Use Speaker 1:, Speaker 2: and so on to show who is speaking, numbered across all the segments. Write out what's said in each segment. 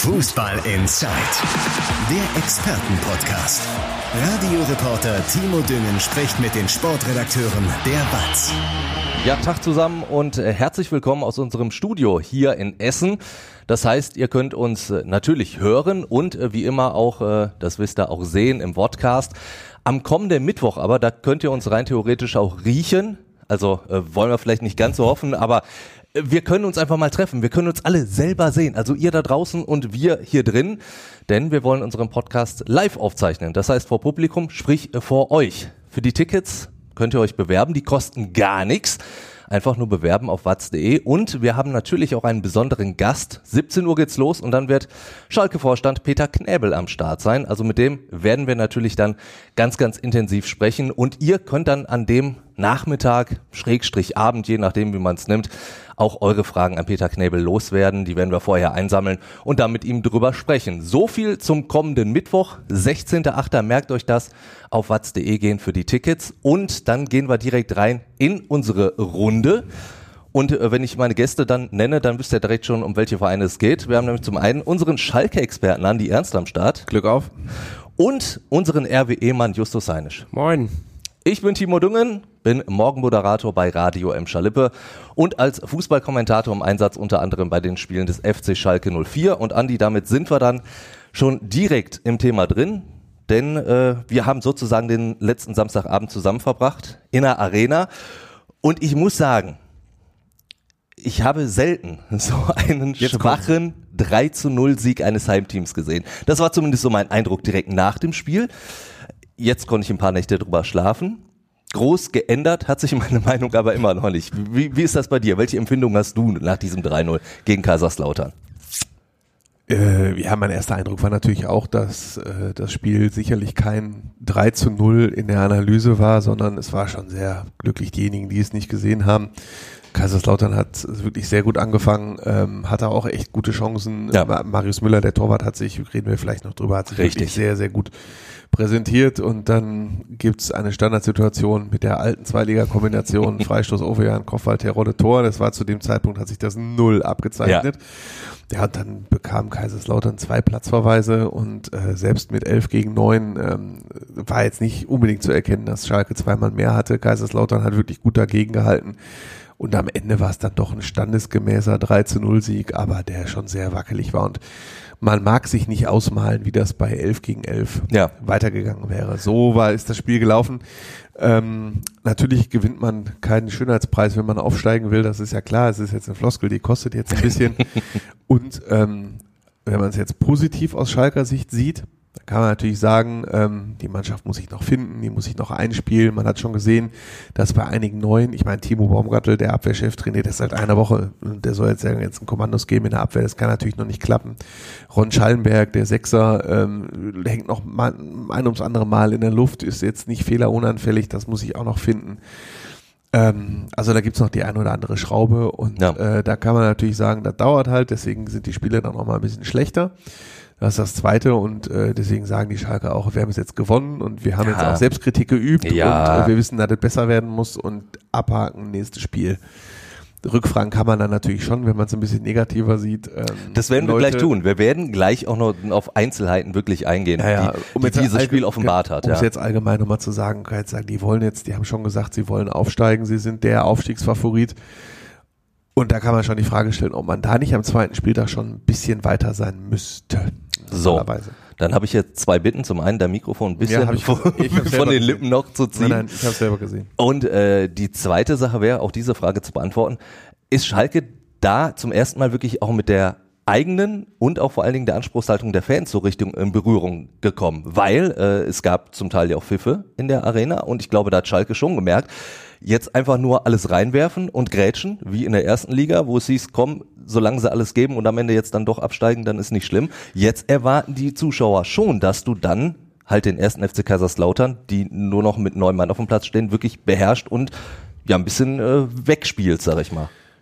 Speaker 1: Fußball Inside, der Expertenpodcast. Radioreporter Timo Düngen spricht mit den Sportredakteuren der BATS.
Speaker 2: Ja, Tag zusammen und herzlich willkommen aus unserem Studio hier in Essen. Das heißt, ihr könnt uns natürlich hören und wie immer auch, das wisst ihr, auch sehen im Podcast. Am kommenden Mittwoch aber, da könnt ihr uns rein theoretisch auch riechen. Also wollen wir vielleicht nicht ganz so hoffen, aber wir können uns einfach mal treffen. Wir können uns alle selber sehen. Also ihr da draußen und wir hier drin. Denn wir wollen unseren Podcast live aufzeichnen. Das heißt vor Publikum, sprich vor euch. Für die Tickets könnt ihr euch bewerben. Die kosten gar nichts. Einfach nur bewerben auf watz.de. Und wir haben natürlich auch einen besonderen Gast. 17 Uhr geht's los und dann wird Schalke-Vorstand Peter Knäbel am Start sein. Also mit dem werden wir natürlich dann ganz, ganz intensiv sprechen. Und ihr könnt dann an dem Nachmittag, Abend, je nachdem wie man es nimmt, auch eure Fragen an Peter Knäbel loswerden. Die werden wir vorher einsammeln und dann mit ihm drüber sprechen. So viel zum kommenden Mittwoch, 16.08. Merkt euch das, auf watz.de gehen für die Tickets. Und dann gehen wir direkt rein in unsere Runde. Und wenn ich meine Gäste dann nenne, dann wisst ihr direkt schon, um welche Vereine es geht. Wir haben nämlich zum einen unseren Schalke-Experten Andi Ernst am Start.
Speaker 3: Glück auf.
Speaker 2: Und unseren RWE-Mann Justus Heinisch.
Speaker 3: Moin.
Speaker 2: Ich bin Timo Düngen, bin Morgenmoderator bei Radio Emscher-Lippe und als Fußballkommentator im Einsatz unter anderem bei den Spielen des FC Schalke 04. Und Andi, damit sind wir dann schon direkt im Thema drin, denn wir haben sozusagen den letzten Samstagabend zusammen verbracht in der Arena. Und ich muss sagen, ich habe selten so einen schwachen 3-0-Sieg eines Heimteams gesehen. Das war zumindest so mein Eindruck direkt nach dem Spiel. Jetzt konnte ich ein paar Nächte drüber schlafen. Groß geändert hat sich meine Meinung aber immer noch nicht. Wie ist das bei dir? Welche Empfindung hast du nach diesem 3-0 gegen Kaiserslautern?
Speaker 3: Ja, mein erster Eindruck war natürlich auch, dass das Spiel sicherlich kein 3-0 in der Analyse war, sondern es war schon sehr glücklich diejenigen, die es nicht gesehen haben. Kaiserslautern hat wirklich sehr gut angefangen, hatte auch echt gute Chancen. Ja. Marius Müller, der Torwart, reden wir vielleicht noch drüber, hat sich wirklich sehr, sehr gut präsentiert und dann gibt's eine Standardsituation mit der alten Zweitliga-Kombination, Freistoß Ovejan, Kopfball, Terodde, Tor. Das war zu dem Zeitpunkt, hat sich das 0 abgezeichnet. Ja, und dann bekam Kaiserslautern 2 Platzverweise und selbst mit 11-9 war jetzt nicht unbedingt zu erkennen, dass Schalke zweimal mehr hatte. Kaiserslautern hat wirklich gut dagegen gehalten. Und am Ende war es dann doch ein standesgemäßer 3-0-Sieg, aber der schon sehr wackelig war. Und man mag sich nicht ausmalen, wie das bei 11-11 weitergegangen wäre. So ist das Spiel gelaufen. Natürlich gewinnt man keinen Schönheitspreis, wenn man aufsteigen will. Das ist ja klar. Es ist jetzt eine Floskel, die kostet jetzt ein bisschen. Und wenn man es jetzt positiv aus Schalker Sicht sieht, da kann man natürlich sagen, die Mannschaft muss sich noch finden, die muss sich noch einspielen. Man hat schon gesehen, dass bei einigen Neuen, ich meine Timo Baumgartel, der Abwehrchef, trainiert das seit einer Woche. Der soll jetzt ein Kommandos geben in der Abwehr, das kann natürlich noch nicht klappen. Ron Schallenberg, der Sechser, hängt noch ein ums andere Mal in der Luft, ist jetzt nicht fehlerunanfällig, das muss ich auch noch finden. Also da gibt's noch die eine oder andere Schraube und da kann man natürlich sagen, das dauert halt, deswegen sind die Spiele dann noch mal ein bisschen schlechter. Das ist das Zweite und deswegen sagen die Schalker auch, wir haben es jetzt gewonnen und wir haben jetzt auch Selbstkritik geübt und wir wissen, dass es besser werden muss und abhaken, nächstes Spiel. Rückfragen kann man dann natürlich schon, wenn man es ein bisschen negativer sieht.
Speaker 2: Das werden wir gleich tun. Wir werden gleich auch noch auf Einzelheiten wirklich eingehen, die dieses Spiel offenbart hat.
Speaker 3: Um es jetzt allgemein nochmal zu sagen, kann ich jetzt sagen, die haben schon gesagt, sie wollen aufsteigen, sie sind der Aufstiegsfavorit. Und da kann man schon die Frage stellen, ob man da nicht am zweiten Spieltag schon ein bisschen weiter sein müsste.
Speaker 2: So, dann habe ich jetzt 2 Bitten. Zum einen, dein Mikrofon ein bisschen von den Lippen noch zu ziehen.
Speaker 3: Nein, ich habe es selber gesehen.
Speaker 2: Und die zweite Sache wäre, auch diese Frage zu beantworten, ist Schalke da zum ersten Mal wirklich auch mit der eigenen und auch vor allen Dingen der Anspruchshaltung der Fans so Richtung in Berührung gekommen? Weil es gab zum Teil ja auch Pfiffe in der Arena und ich glaube, da hat Schalke schon gemerkt, jetzt einfach nur alles reinwerfen und grätschen, wie in der ersten Liga, wo es hieß, komm, solange sie alles geben und am Ende jetzt dann doch absteigen, dann ist nicht schlimm. Jetzt erwarten die Zuschauer schon, dass du dann halt den ersten FC Kaiserslautern, die nur noch mit 9 Mann auf dem Platz stehen, wirklich beherrscht und ja ein bisschen wegspielst, sag ich mal.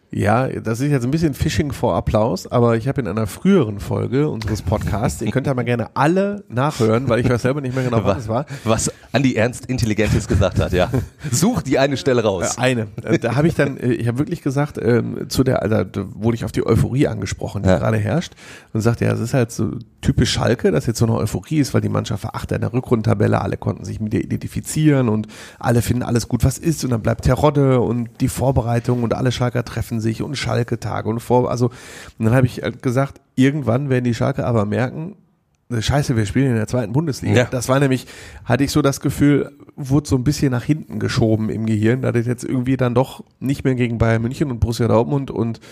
Speaker 3: Ja, das ist jetzt ein bisschen Fishing for Applaus, aber ich habe in einer früheren Folge unseres Podcasts, ihr könnt ja mal gerne alle nachhören, weil ich weiß selber nicht mehr genau, was es war.
Speaker 2: Was Andi Ernst Intelligentes gesagt hat, ja. Such die eine Stelle raus.
Speaker 3: Da habe ich dann, ich habe wirklich gesagt, da wurde ich auf die Euphorie angesprochen, die gerade herrscht, und sagte, ja, es ist halt so typisch Schalke, dass jetzt so eine Euphorie ist, weil die Mannschaft war Achter in der Rückrundentabelle, alle konnten sich mit ihr identifizieren und alle finden alles gut, was ist, und dann bleibt Terodde und die Vorbereitung und alle Schalker treffen sich und Schalke-Tage und und dann habe ich gesagt, irgendwann werden die Schalke aber merken, Scheiße, wir spielen in der 2. Bundesliga. Ja. Das war nämlich, hatte ich so das Gefühl, wurde so ein bisschen nach hinten geschoben im Gehirn, da das jetzt irgendwie dann doch nicht mehr gegen Bayern München und Borussia Dortmund und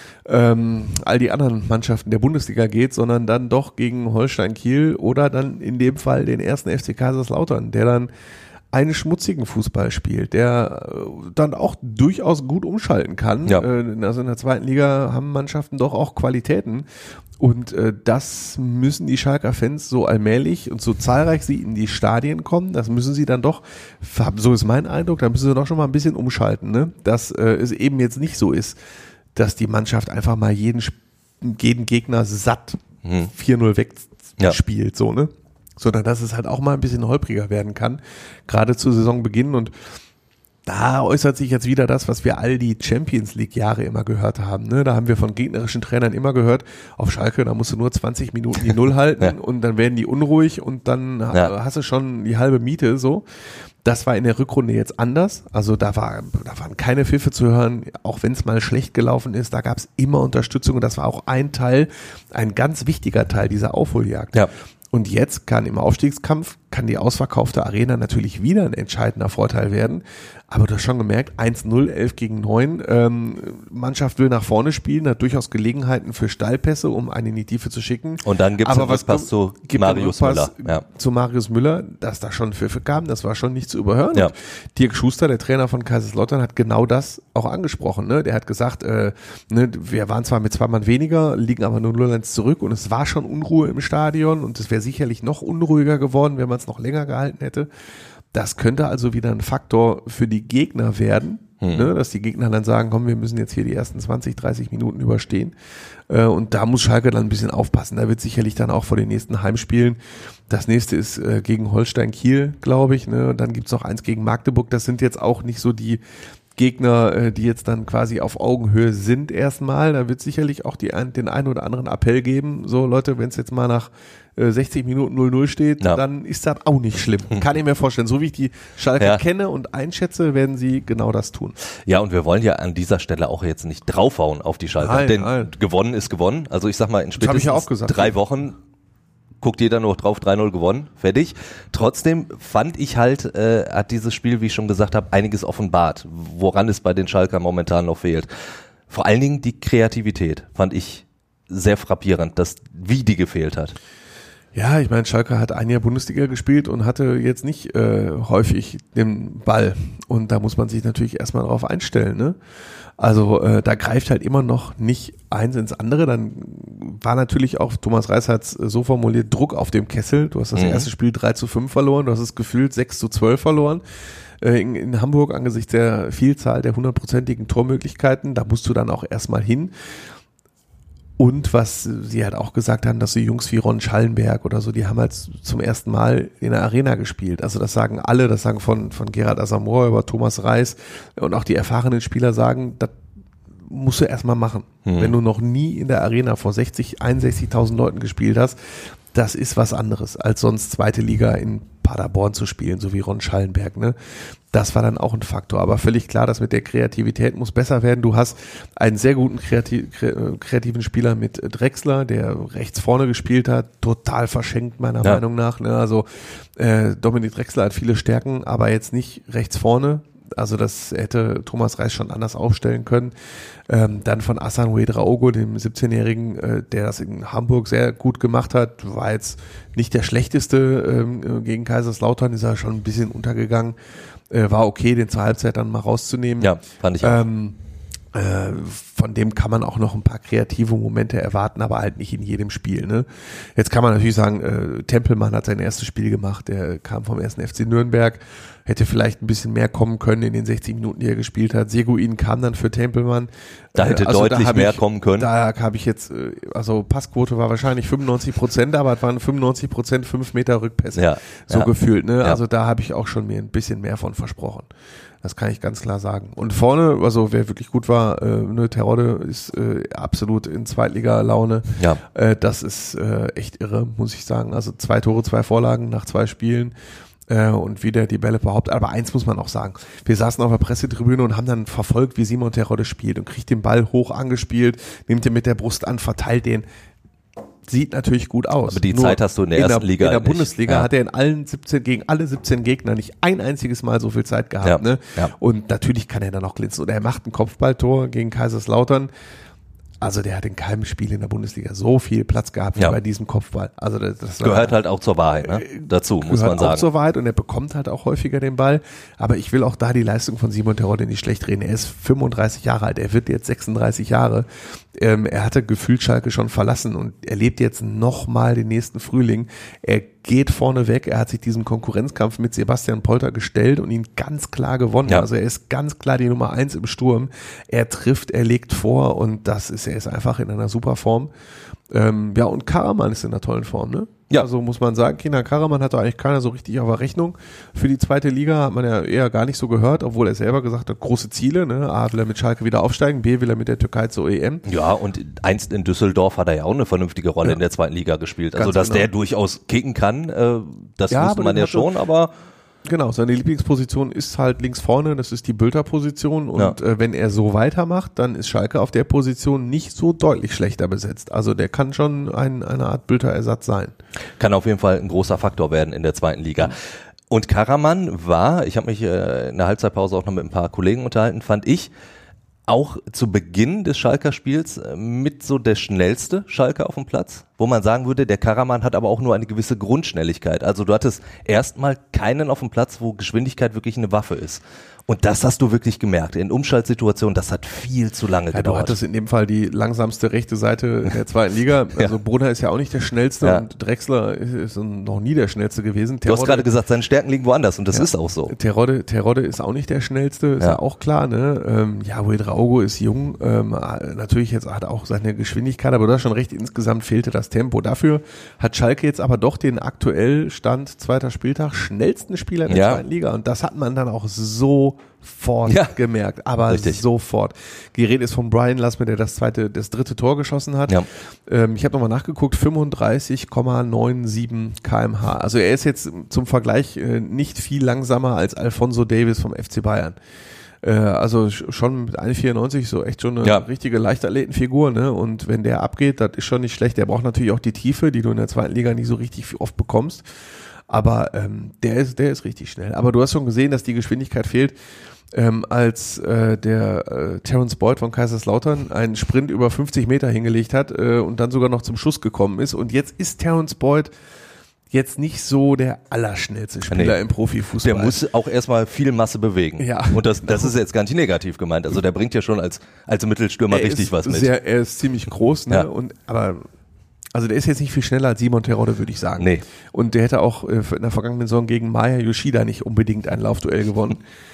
Speaker 3: all die anderen Mannschaften der Bundesliga geht, sondern dann doch gegen Holstein Kiel oder dann in dem Fall den 1. FC Kaiserslautern, der dann einen schmutzigen Fußball spielt, der dann auch durchaus gut umschalten kann. Ja. Also in der 2. Liga haben Mannschaften doch auch Qualitäten und das müssen die Schalker Fans so allmählich und so zahlreich sie in die Stadien kommen, das müssen sie dann doch, so ist mein Eindruck, da müssen sie doch schon mal ein bisschen umschalten, ne? Dass es eben jetzt nicht so ist, dass die Mannschaft einfach mal jeden Gegner satt 4-0 wegspielt, so, ne? Sondern dass es halt auch mal ein bisschen holpriger werden kann, gerade zu Saisonbeginn. Und da äußert sich jetzt wieder das, was wir all die Champions-League-Jahre immer gehört haben. Ne? Da haben wir von gegnerischen Trainern immer gehört, auf Schalke, da musst du nur 20 Minuten die Null halten und dann werden die unruhig und dann hast du schon die halbe Miete, so. Das war in der Rückrunde jetzt anders. Also da waren keine Pfiffe zu hören, auch wenn es mal schlecht gelaufen ist. Da gab es immer Unterstützung und das war auch ein ganz wichtiger Teil dieser Aufholjagd. Ja. Und jetzt kann im Aufstiegskampf, die ausverkaufte Arena natürlich wieder ein entscheidender Vorteil werden. Aber du hast schon gemerkt, 1-0, 11 gegen 9. Mannschaft will nach vorne spielen, hat durchaus Gelegenheiten für Steilpässe, um einen in die Tiefe zu schicken.
Speaker 2: Und dann gibt es einen Rückpass zu Marius Müller. Ja.
Speaker 3: Zu Marius Müller, dass da schon Pfiffe kamen, das war schon nicht zu überhören. Ja. Dirk Schuster, der Trainer von Kaiserslautern, hat genau das auch angesprochen. Ne? Der hat gesagt, wir waren zwar mit 2 Mann weniger, liegen aber nur 0-1 zurück und es war schon Unruhe im Stadion und es wäre sicherlich noch unruhiger geworden, wenn man es noch länger gehalten hätte. Das könnte also wieder ein Faktor für die Gegner werden, ne, dass die Gegner dann sagen, komm, wir müssen jetzt hier die ersten 20, 30 Minuten überstehen. Und da muss Schalke dann ein bisschen aufpassen. Da wird sicherlich dann auch vor den nächsten Heimspielen. Das nächste ist gegen Holstein Kiel, glaube ich. Ne? Und dann gibt's noch eins gegen Magdeburg. Das sind jetzt auch nicht so die Gegner, die jetzt dann quasi auf Augenhöhe sind erstmal. Da wird sicherlich auch den einen oder anderen Appell geben. So Leute, wenn es jetzt mal nach 60 Minuten 0-0 steht, dann ist das auch nicht schlimm. Kann ich mir vorstellen. So wie ich die Schalke kenne und einschätze, werden sie genau das tun.
Speaker 2: Ja, und wir wollen ja an dieser Stelle auch jetzt nicht draufhauen auf die Schalke. Denn gewonnen ist gewonnen. Also ich sag mal, in spätestens 3 Wochen guckt jeder nur drauf, 3-0 gewonnen, fertig. Trotzdem fand ich halt, hat dieses Spiel, wie ich schon gesagt habe, einiges offenbart, woran es bei den Schalker momentan noch fehlt. Vor allen Dingen die Kreativität fand ich sehr frappierend, wie die gefehlt hat.
Speaker 3: Ja, ich meine, Schalke hat ein Jahr Bundesliga gespielt und hatte jetzt nicht häufig den Ball. Und da muss man sich natürlich erstmal drauf einstellen, ne? Also da greift halt immer noch nicht eins ins andere. Dann war natürlich auch, Thomas Reis hat es so formuliert, Druck auf dem Kessel. Du hast das erste Spiel 3-5 verloren, du hast es gefühlt 6-12 verloren. In Hamburg angesichts der Vielzahl der 100%igen Tormöglichkeiten, da musst du dann auch erstmal hin. Und was sie halt auch gesagt haben, dass so Jungs wie Ron Schallenberg oder so, die haben halt zum ersten Mal in der Arena gespielt. Also das sagen alle, das sagen von Gerard Asamoah über Thomas Reis und auch die erfahrenen Spieler sagen, das musst du erstmal machen. Wenn du noch nie in der Arena vor 61.000 Leuten gespielt hast, das ist was anderes, als sonst zweite Liga in Paderborn zu spielen, so wie Ron Schallenberg, ne? Das war dann auch ein Faktor, aber völlig klar, dass mit der Kreativität muss besser werden. Du hast einen sehr guten kreativen Spieler mit Drexler, der rechts vorne gespielt hat, total verschenkt meiner Meinung nach, ne? Also Dominik Drexler hat viele Stärken, aber jetzt nicht rechts vorne. Also das hätte Thomas Reis schon anders aufstellen können. Dann von Hassan Ouedraogo, dem 17-Jährigen, der das in Hamburg sehr gut gemacht hat, war jetzt nicht der schlechteste gegen Kaiserslautern, ist er schon ein bisschen untergegangen. War okay, den zur Halbzeit dann mal rauszunehmen.
Speaker 2: Ja, fand ich auch.
Speaker 3: Von dem kann man auch noch ein paar kreative Momente erwarten, aber halt nicht in jedem Spiel. Ne? Jetzt kann man natürlich sagen, Tempelmann hat sein erstes Spiel gemacht, der kam vom 1. FC Nürnberg, hätte vielleicht ein bisschen mehr kommen können in den 60 Minuten, die er gespielt hat. Seguin kam dann für Tempelmann.
Speaker 2: Da hätte deutlich mehr kommen können.
Speaker 3: Da habe ich jetzt, also Passquote war wahrscheinlich 95%, aber es waren 95% 5 Meter Rückpässe, gefühlt. Ne? Ja. Also da habe ich auch schon mir ein bisschen mehr von versprochen. Das kann ich ganz klar sagen. Und vorne, also wer wirklich gut war, Terodde ist absolut in Zweitliga-Laune.
Speaker 2: Ja.
Speaker 3: Das ist echt irre, muss ich sagen. Also 2 Tore, 2 Vorlagen nach 2 Spielen und wieder die Bälle behauptet. Aber eins muss man auch sagen. Wir saßen auf der Pressetribüne und haben dann verfolgt, wie Simon Terodde spielt und kriegt den Ball hoch angespielt, nimmt ihn mit der Brust an, verteilt den. Sieht natürlich gut aus.
Speaker 2: Aber die Zeit hast du in der ersten Liga
Speaker 3: in der
Speaker 2: nicht.
Speaker 3: Bundesliga hat er gegen alle 17 Gegner nicht ein einziges Mal so viel Zeit gehabt.
Speaker 2: Ja.
Speaker 3: Ne?
Speaker 2: Ja.
Speaker 3: Und natürlich kann er dann noch glänzen. Oder er macht ein Kopfballtor gegen Kaiserslautern. Also der hat in keinem Spiel in der Bundesliga so viel Platz gehabt wie bei diesem Kopfball. Also das
Speaker 2: gehört halt auch zur Wahrheit, ne? Dazu muss man sagen.
Speaker 3: Gehört auch zur Wahrheit und er bekommt halt auch häufiger den Ball. Aber ich will auch da die Leistung von Simon Terodde nicht schlecht reden. Er ist 35 Jahre alt, er wird jetzt 36 Jahre. Er hatte gefühlt Schalke schon verlassen und er lebt jetzt nochmal den nächsten Frühling. Er geht vorne weg, er hat sich diesem Konkurrenzkampf mit Sebastian Polter gestellt und ihn ganz klar gewonnen. Ja. Also er ist ganz klar die Nummer 1 im Sturm. Er trifft, er legt vor und er ist einfach in einer super Form. Und Karaman ist in einer tollen Form, ne? Ja. Also muss man sagen, Kenan Karaman hat da eigentlich keiner so richtig auf der Rechnung. Für die 2. Liga hat man ja eher gar nicht so gehört, obwohl er selber gesagt hat, große Ziele, ne? A, will er mit Schalke wieder aufsteigen, B, will er mit der Türkei zur EM.
Speaker 2: Ja, und einst in Düsseldorf hat er ja auch eine vernünftige Rolle in der 2. Liga gespielt. Also, dass der durchaus kicken kann, das wusste man ja schon, aber...
Speaker 3: Genau, seine Lieblingsposition ist halt links vorne, das ist die Bülter-Position und wenn er so weitermacht, dann ist Schalke auf der Position nicht so deutlich schlechter besetzt. Also der kann schon eine Art Bülter-Ersatz sein.
Speaker 2: Kann auf jeden Fall ein großer Faktor werden in der 2. Liga. Und Karaman war, ich habe mich in der Halbzeitpause auch noch mit ein paar Kollegen unterhalten, fand ich, auch zu Beginn des Schalker Spiels mit so der schnellste Schalker auf dem Platz, wo man sagen würde, der Karaman hat aber auch nur eine gewisse Grundschnelligkeit. Also du hattest erstmal keinen auf dem Platz, wo Geschwindigkeit wirklich eine Waffe ist. Und das hast du wirklich gemerkt. In Umschaltsituationen, das hat viel zu lange gedauert.
Speaker 3: Du hattest in dem Fall die langsamste rechte Seite der 2. Liga. Also Brunner ist ja auch nicht der Schnellste und Drexler ist noch nie der Schnellste gewesen.
Speaker 2: Du hast gerade gesagt, seine Stärken liegen woanders und das ist auch so.
Speaker 3: Terodde ist auch nicht der Schnellste, ist ja auch klar. Ne? Ouedraogo ist jung, natürlich jetzt hat er auch seine Geschwindigkeit, aber du hast schon recht, insgesamt fehlte das Tempo. Dafür hat Schalke jetzt aber doch den aktuell Stand 2. Spieltag schnellsten Spieler der 2. Liga und das hat man dann auch sofort gemerkt, aber richtig. Sofort. Die Rede ist von Brian Lassme, der das 3. Tor geschossen hat. Ja. Ich habe nochmal nachgeguckt, 35,97 km/h. Also er ist jetzt zum Vergleich nicht viel langsamer als Alphonso Davies vom FC Bayern. Also schon mit 1,94 so echt schon eine richtige Leichtathletenfigur, ne? Und wenn der abgeht, das ist schon nicht schlecht. Der braucht natürlich auch die Tiefe, die du in der 2. Liga nicht so richtig oft bekommst. Aber der ist richtig schnell. Aber du hast schon gesehen, dass die Geschwindigkeit fehlt, als der Terence Boyd von Kaiserslautern einen Sprint über 50 Meter hingelegt hat und dann sogar noch zum Schuss gekommen ist. Und jetzt ist Terence Boyd jetzt nicht so der allerschnellste Spieler im Profifußball.
Speaker 2: Der muss auch erstmal viel Masse bewegen. Ja. Und das ist jetzt gar nicht negativ gemeint. Also der bringt ja schon als Mittelstürmer richtig was mit.
Speaker 3: Er ist ziemlich groß, ne? Also der ist jetzt nicht viel schneller als Simon Terodde, würde ich sagen.
Speaker 2: Nee.
Speaker 3: Und der hätte auch in der vergangenen Saison gegen Maya Yoshida nicht unbedingt ein Laufduell gewonnen.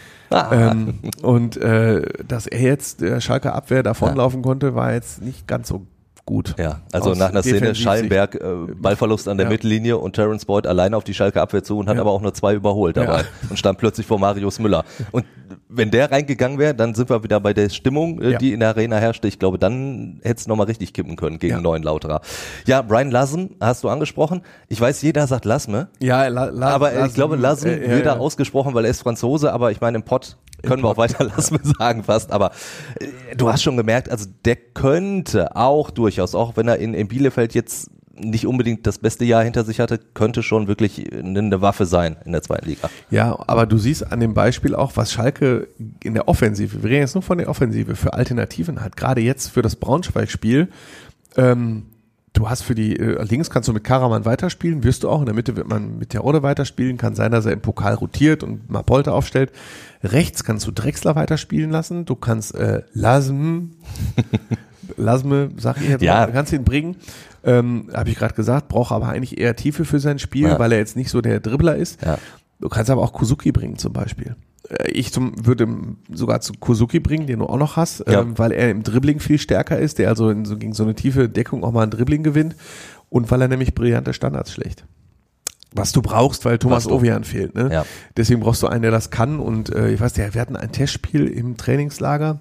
Speaker 3: Dass er jetzt der Schalker Abwehr davonlaufen konnte, war jetzt nicht ganz so gut.
Speaker 2: Ja, also nach einer Szene Schallenberg, Ballverlust an der Mittellinie und Terence Boyd alleine auf die Schalke Abwehr zu und hat aber auch nur 2 überholt dabei und stand plötzlich vor Marius Müller. Und wenn der reingegangen wäre, dann sind wir wieder bei der Stimmung, die in der Arena herrschte. Ich glaube, dann hätte es nochmal richtig kippen können gegen Neuen Lauterer. Ja, Brian Lassen hast du angesprochen. Ich weiß, jeder sagt Lassme.
Speaker 3: Ja,
Speaker 2: aber ich glaube, Lassen wird da ausgesprochen, weil er ist Franzose, aber ich meine, im Pott können wir auch weiter Lassme sagen fast. Aber du hast schon gemerkt, also der könnte auch durchaus, auch wenn er in Bielefeld jetzt nicht unbedingt das beste Jahr hinter sich hatte, könnte schon wirklich eine Waffe sein in der 2. Liga.
Speaker 3: Ja, aber du siehst an dem Beispiel auch, was Schalke in der Offensive, wir reden jetzt nur von der Offensive, für Alternativen hat. Gerade jetzt für das Braunschweig-Spiel, Du hast für die links kannst du mit Karaman weiterspielen, wirst du auch. In der Mitte wird man mit Terodde weiterspielen. Kann sein, dass er im Pokal rotiert und mal Polter aufstellt. Rechts kannst du Drexler weiterspielen lassen. Du kannst Lasme, sag ich jetzt mal, kannst ihn bringen. Habe ich gerade gesagt, braucht aber eigentlich eher Tiefe für sein Spiel, weil er jetzt nicht so der Dribbler ist. Ja. Du kannst aber auch Kuzuki bringen zum Beispiel. Ich würde sogar zu Kuzuki bringen, den du auch noch hast, weil er im Dribbling viel stärker ist, der also gegen so eine tiefe Deckung auch mal ein Dribbling gewinnt und weil er nämlich brillante Standards schlägt. Was du brauchst, weil Thomas Ovejan fehlt. Ne? Ja. Deswegen brauchst du einen, der das kann und ich weiß nicht, wir hatten ein Testspiel im Trainingslager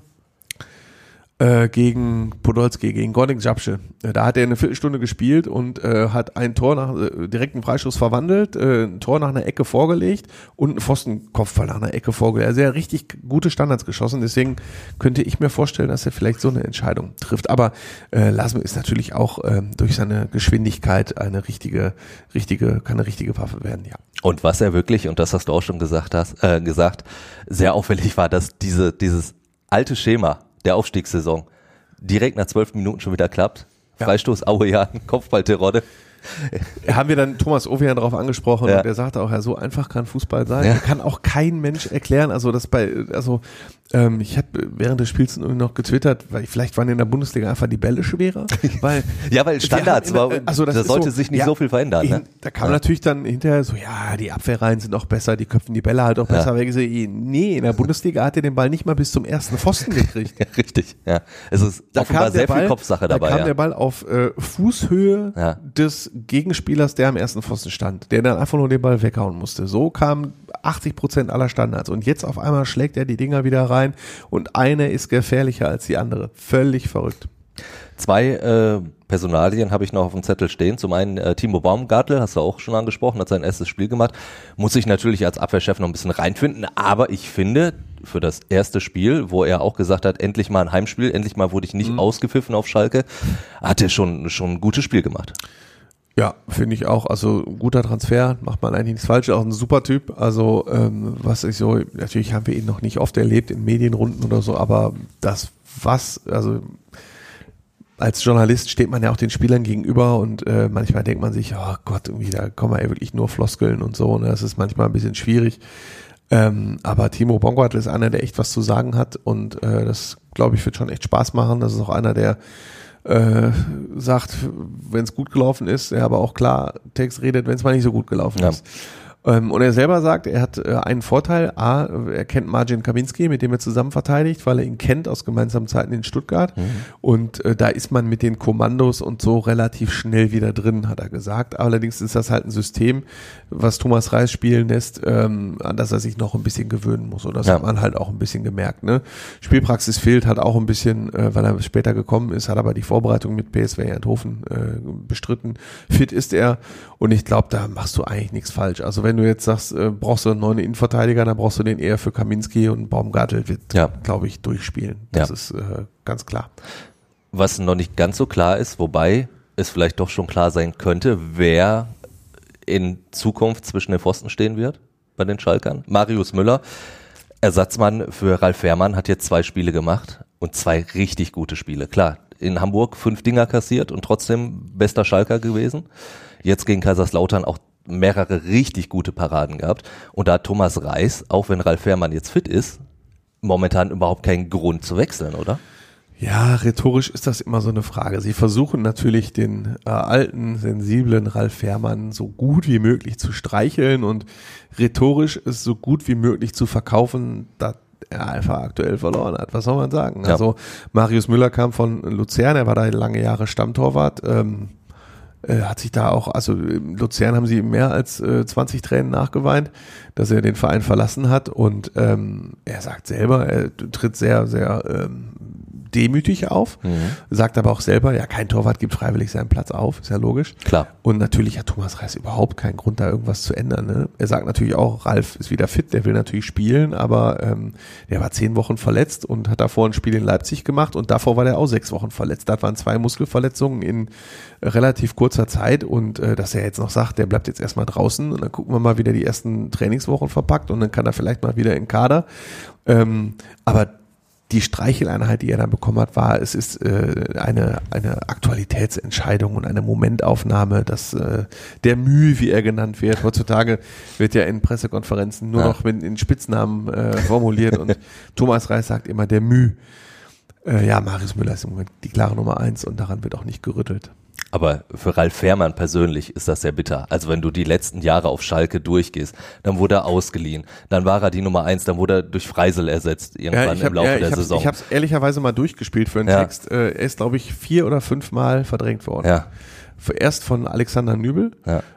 Speaker 3: gegen Podolski, gegen Gordon Japsche. Da hat er eine Viertelstunde gespielt und hat ein Tor nach direkten Freischuss verwandelt, ein Tor nach einer Ecke vorgelegt und einen Pfostenkopfball nach einer Ecke vorgelegt. Also er hat richtig gute Standards geschossen, deswegen könnte ich mir vorstellen, dass er vielleicht so eine Entscheidung trifft. Aber Lasme ist natürlich auch durch seine Geschwindigkeit kann eine richtige Waffe werden, ja.
Speaker 2: Und was er wirklich, und das hast du auch schon gesagt, sehr auffällig war, dass dieses alte Schema der Aufstiegssaison direkt nach 12 Minuten schon wieder klappt. Freistoß, Auejan, Kopfball, Terodde.
Speaker 3: Haben wir dann Thomas Ovejan darauf angesprochen und der sagte auch, ja, so einfach kann Fußball sein. Ja. Kann auch kein Mensch erklären. Ich habe während des Spiels noch getwittert, weil vielleicht waren in der Bundesliga einfach die Bälle schwerer. Weil
Speaker 2: Standards war, da sollte sich nicht so viel verändern. Ne?
Speaker 3: Da kam natürlich dann hinterher so, ja, die Abwehrreihen sind auch besser, die köpfen die Bälle halt auch besser weg. Nee, in der Bundesliga hat er den Ball nicht mal bis zum ersten Pfosten gekriegt.
Speaker 2: Ja, richtig, ja. Es ist offenbar sehr viel Kopfsache dabei.
Speaker 3: Da kam der Ball auf Fußhöhe des Gegenspielers, der am ersten Pfosten stand, der dann einfach nur den Ball weghauen musste. So kamen 80% aller Standards und jetzt auf einmal schlägt er die Dinger wieder rein und eine ist gefährlicher als die andere. Völlig verrückt.
Speaker 2: 2 Personalien habe ich noch auf dem Zettel stehen. Zum einen Timo Baumgartl, hast du auch schon angesprochen, hat sein erstes Spiel gemacht. Muss sich natürlich als Abwehrchef noch ein bisschen reinfinden, aber ich finde, für das erste Spiel, wo er auch gesagt hat, endlich mal ein Heimspiel, endlich mal wurde ich nicht ausgepfiffen auf Schalke, hat er schon ein gutes Spiel gemacht.
Speaker 3: Ja, finde ich auch. Also guter Transfer, macht man eigentlich nichts falsch, auch ein super Typ. Also natürlich haben wir ihn noch nicht oft erlebt in Medienrunden oder so, aber als Journalist steht man ja auch den Spielern gegenüber und manchmal denkt man sich, oh Gott, irgendwie da kommen ja wirklich nur Floskeln und so, ne? Das ist manchmal ein bisschen schwierig. Aber Timo Baumgartl ist einer, der echt was zu sagen hat und das, glaube ich, wird schon echt Spaß machen. Das ist auch einer, der sagt, wenn es gut gelaufen ist, er aber auch klar Text redet, wenn es mal nicht so gut gelaufen ist. Und er selber sagt, er hat einen Vorteil. A, er kennt Marcin Kaminski, mit dem er zusammen verteidigt, weil er ihn kennt aus gemeinsamen Zeiten in Stuttgart. Und da ist man mit den Kommandos und so relativ schnell wieder drin, hat er gesagt. Allerdings ist das halt ein System, was Thomas Reis spielen lässt, an das er sich noch ein bisschen gewöhnen muss. Und das hat man halt auch ein bisschen gemerkt. Ne? Spielpraxis fehlt, hat auch ein bisschen, weil er später gekommen ist, hat aber die Vorbereitung mit PSV Eindhoven bestritten. Fit ist er und ich glaube, da machst du eigentlich nichts falsch. Also wenn du jetzt sagst, brauchst du einen neuen Innenverteidiger, dann brauchst du den eher für Kaminski und Baumgartl wird, glaube ich, durchspielen. Das ist ganz klar.
Speaker 2: Was noch nicht ganz so klar ist, wobei es vielleicht doch schon klar sein könnte, wer in Zukunft zwischen den Pfosten stehen wird bei den Schalkern. Marius Müller, Ersatzmann für Ralf Fährmann, hat jetzt 2 Spiele gemacht und 2 richtig gute Spiele. Klar, in Hamburg 5 Dinger kassiert und trotzdem bester Schalker gewesen. Jetzt gegen Kaiserslautern auch mehrere richtig gute Paraden gehabt. Und da hat Thomas Reis, auch wenn Ralf Fährmann jetzt fit ist, momentan überhaupt keinen Grund zu wechseln, oder?
Speaker 3: Ja, rhetorisch ist das immer so eine Frage. Sie versuchen natürlich den alten, sensiblen Ralf Fährmann so gut wie möglich zu streicheln und rhetorisch ist so gut wie möglich zu verkaufen, dass er einfach aktuell verloren hat. Was soll man sagen? Ja. Also Marius Müller kam von Luzern, er war da lange Jahre Stammtorwart, hat sich da auch, also in Luzern haben sie mehr als 20 Tränen nachgeweint, dass er den Verein verlassen hat und er sagt selber, er tritt sehr, sehr demütig auf, sagt aber auch selber, ja, kein Torwart gibt freiwillig seinen Platz auf, ist ja logisch.
Speaker 2: Klar.
Speaker 3: Und natürlich hat Thomas Reis überhaupt keinen Grund, da irgendwas zu ändern. Ne? Er sagt natürlich auch, Ralf ist wieder fit, der will natürlich spielen, aber der war 10 Wochen verletzt und hat davor ein Spiel in Leipzig gemacht und davor war der auch 6 Wochen verletzt. Das waren 2 Muskelverletzungen in relativ kurzer Zeit und dass er jetzt noch sagt, der bleibt jetzt erstmal draußen und dann gucken wir mal, wie der die ersten Trainingswochen verpackt und dann kann er vielleicht mal wieder in den Kader. Aber die Streicheleinheit, die er dann bekommen hat, war, es ist eine Aktualitätsentscheidung und eine Momentaufnahme, dass der Mühe, wie er genannt wird, heutzutage wird ja in Pressekonferenzen nur noch in Spitznamen formuliert und Thomas Reis sagt immer der Mühe. Marius Müller ist im Moment die klare Nummer 1 und daran wird auch nicht gerüttelt.
Speaker 2: Aber für Ralf Fährmann persönlich ist das sehr bitter. Also wenn du die letzten Jahre auf Schalke durchgehst, dann wurde er ausgeliehen, dann war er die Nummer 1, dann wurde er durch Freisel ersetzt irgendwann im Laufe der Saison.
Speaker 3: Ich habe es ehrlicherweise mal durchgespielt für einen Text. Er ist, glaube ich, 4 oder 5 Mal verdrängt worden.
Speaker 2: Ja.
Speaker 3: Erst von Alexander Nübel,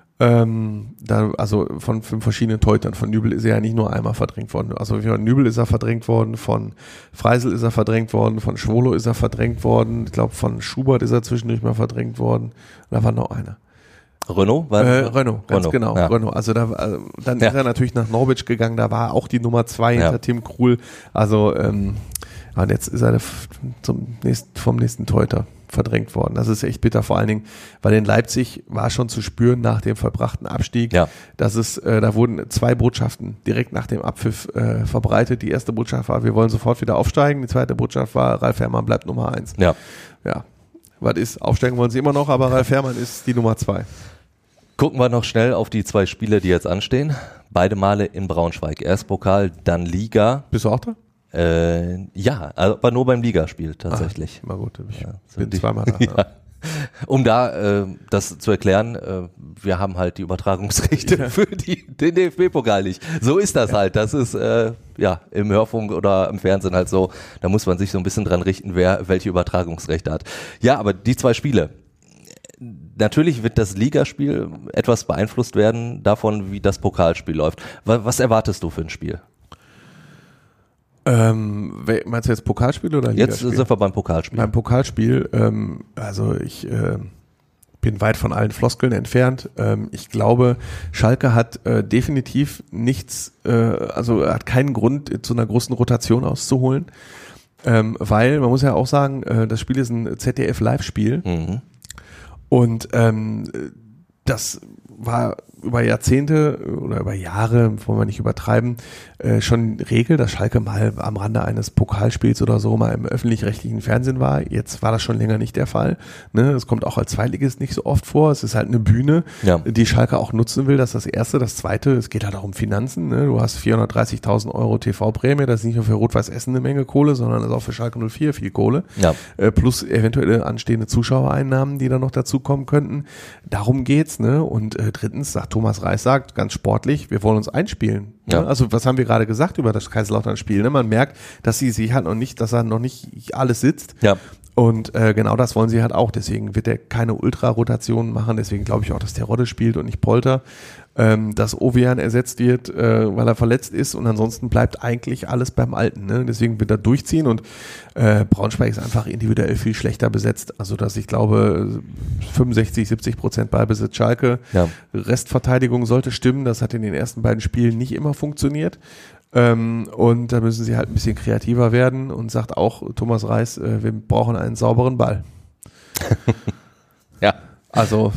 Speaker 3: also von 5 verschiedenen Torhütern. Von Nübel ist er ja nicht nur einmal verdrängt worden. Also von Nübel ist er verdrängt worden, von Freisel ist er verdrängt worden, von Schwolo ist er verdrängt worden, ich glaube von Schubert ist er zwischendurch mal verdrängt worden. Da war noch einer.
Speaker 2: Renault?
Speaker 3: Renault, ganz genau. Ja. Renault. Also dann ist er natürlich nach Norwich gegangen, da war auch die Nummer 2 hinter Tim Krul. Also und jetzt ist er vom nächsten Torhüter verdrängt worden. Das ist echt bitter, vor allen Dingen, weil in Leipzig war schon zu spüren nach dem vollbrachten Abstieg, dass es, da wurden 2 Botschaften direkt nach dem Abpfiff verbreitet. Die erste Botschaft war, wir wollen sofort wieder aufsteigen. Die zweite Botschaft war, Ralf Fährmann bleibt Nummer 1. Ja. Was ist? Aufsteigen wollen sie immer noch, aber Ralf Fährmann ist die Nummer 2.
Speaker 2: Gucken wir noch schnell auf die 2 Spiele, die jetzt anstehen. Beide Male in Braunschweig. Erst Pokal, dann Liga.
Speaker 3: Bist du auch da?
Speaker 2: Aber nur beim Ligaspiel tatsächlich.
Speaker 3: Mal gut, ich bin zweimal da.
Speaker 2: Ja. Um da das zu erklären, wir haben halt die Übertragungsrechte für den DFB-Pokal nicht. So ist das halt. Das ist im Hörfunk oder im Fernsehen halt so. Da muss man sich so ein bisschen dran richten, wer welche Übertragungsrechte hat. Ja, aber die 2 Spiele. Natürlich wird das Ligaspiel etwas beeinflusst werden davon, wie das Pokalspiel läuft. Was erwartest du für ein Spiel?
Speaker 3: Meinst du jetzt Pokalspiel oder Ligaspiel?
Speaker 2: Jetzt sind wir beim Pokalspiel.
Speaker 3: Beim Pokalspiel, also ich bin weit von allen Floskeln entfernt. Ich glaube, Schalke hat definitiv nichts, hat keinen Grund, zu einer großen Rotation auszuholen, weil man muss ja auch sagen, das Spiel ist ein ZDF-Live-Spiel und das war über Jahrzehnte oder über Jahre, wollen wir nicht übertreiben, schon Regel, dass Schalke mal am Rande eines Pokalspiels oder so mal im öffentlich-rechtlichen Fernsehen war. Jetzt war das schon länger nicht der Fall. Ne? Es kommt auch als Zweitligist nicht so oft vor. Es ist halt eine Bühne, die Schalke auch nutzen will. Das ist das Erste. Das Zweite, es geht halt auch um Finanzen. Ne? Du hast 430.000 Euro TV-Prämie. Das ist nicht nur für Rot-Weiß Essen eine Menge Kohle, sondern ist auch für Schalke 04 viel Kohle. Ja. Plus eventuelle anstehende Zuschauereinnahmen, die dann noch dazukommen könnten. Darum geht's. Ne? Und drittens, Thomas Reis sagt, ganz sportlich, wir wollen uns einspielen. Ja. Ne? Also was haben wir gerade gesagt über das Kaiserslautern-Spiel? Ne? Man merkt, dass dass er noch nicht alles sitzt. Ja. Und genau das wollen sie halt auch. Deswegen wird er keine Ultra-Rotation machen. Deswegen glaube ich auch, dass Terodde spielt und nicht Polter. Dass Ovejan ersetzt wird, weil er verletzt ist. Und ansonsten bleibt eigentlich alles beim Alten. Ne? Deswegen wird er durchziehen. Und Braunschweig ist einfach individuell viel schlechter besetzt. Also dass ich glaube 65-70% Ballbesitz Schalke. Ja. Restverteidigung sollte stimmen. Das hat in den ersten beiden Spielen nicht immer funktioniert. Und da müssen sie halt ein bisschen kreativer werden und sagt auch Thomas Reis, wir brauchen einen sauberen Ball.
Speaker 2: Ja.
Speaker 3: Also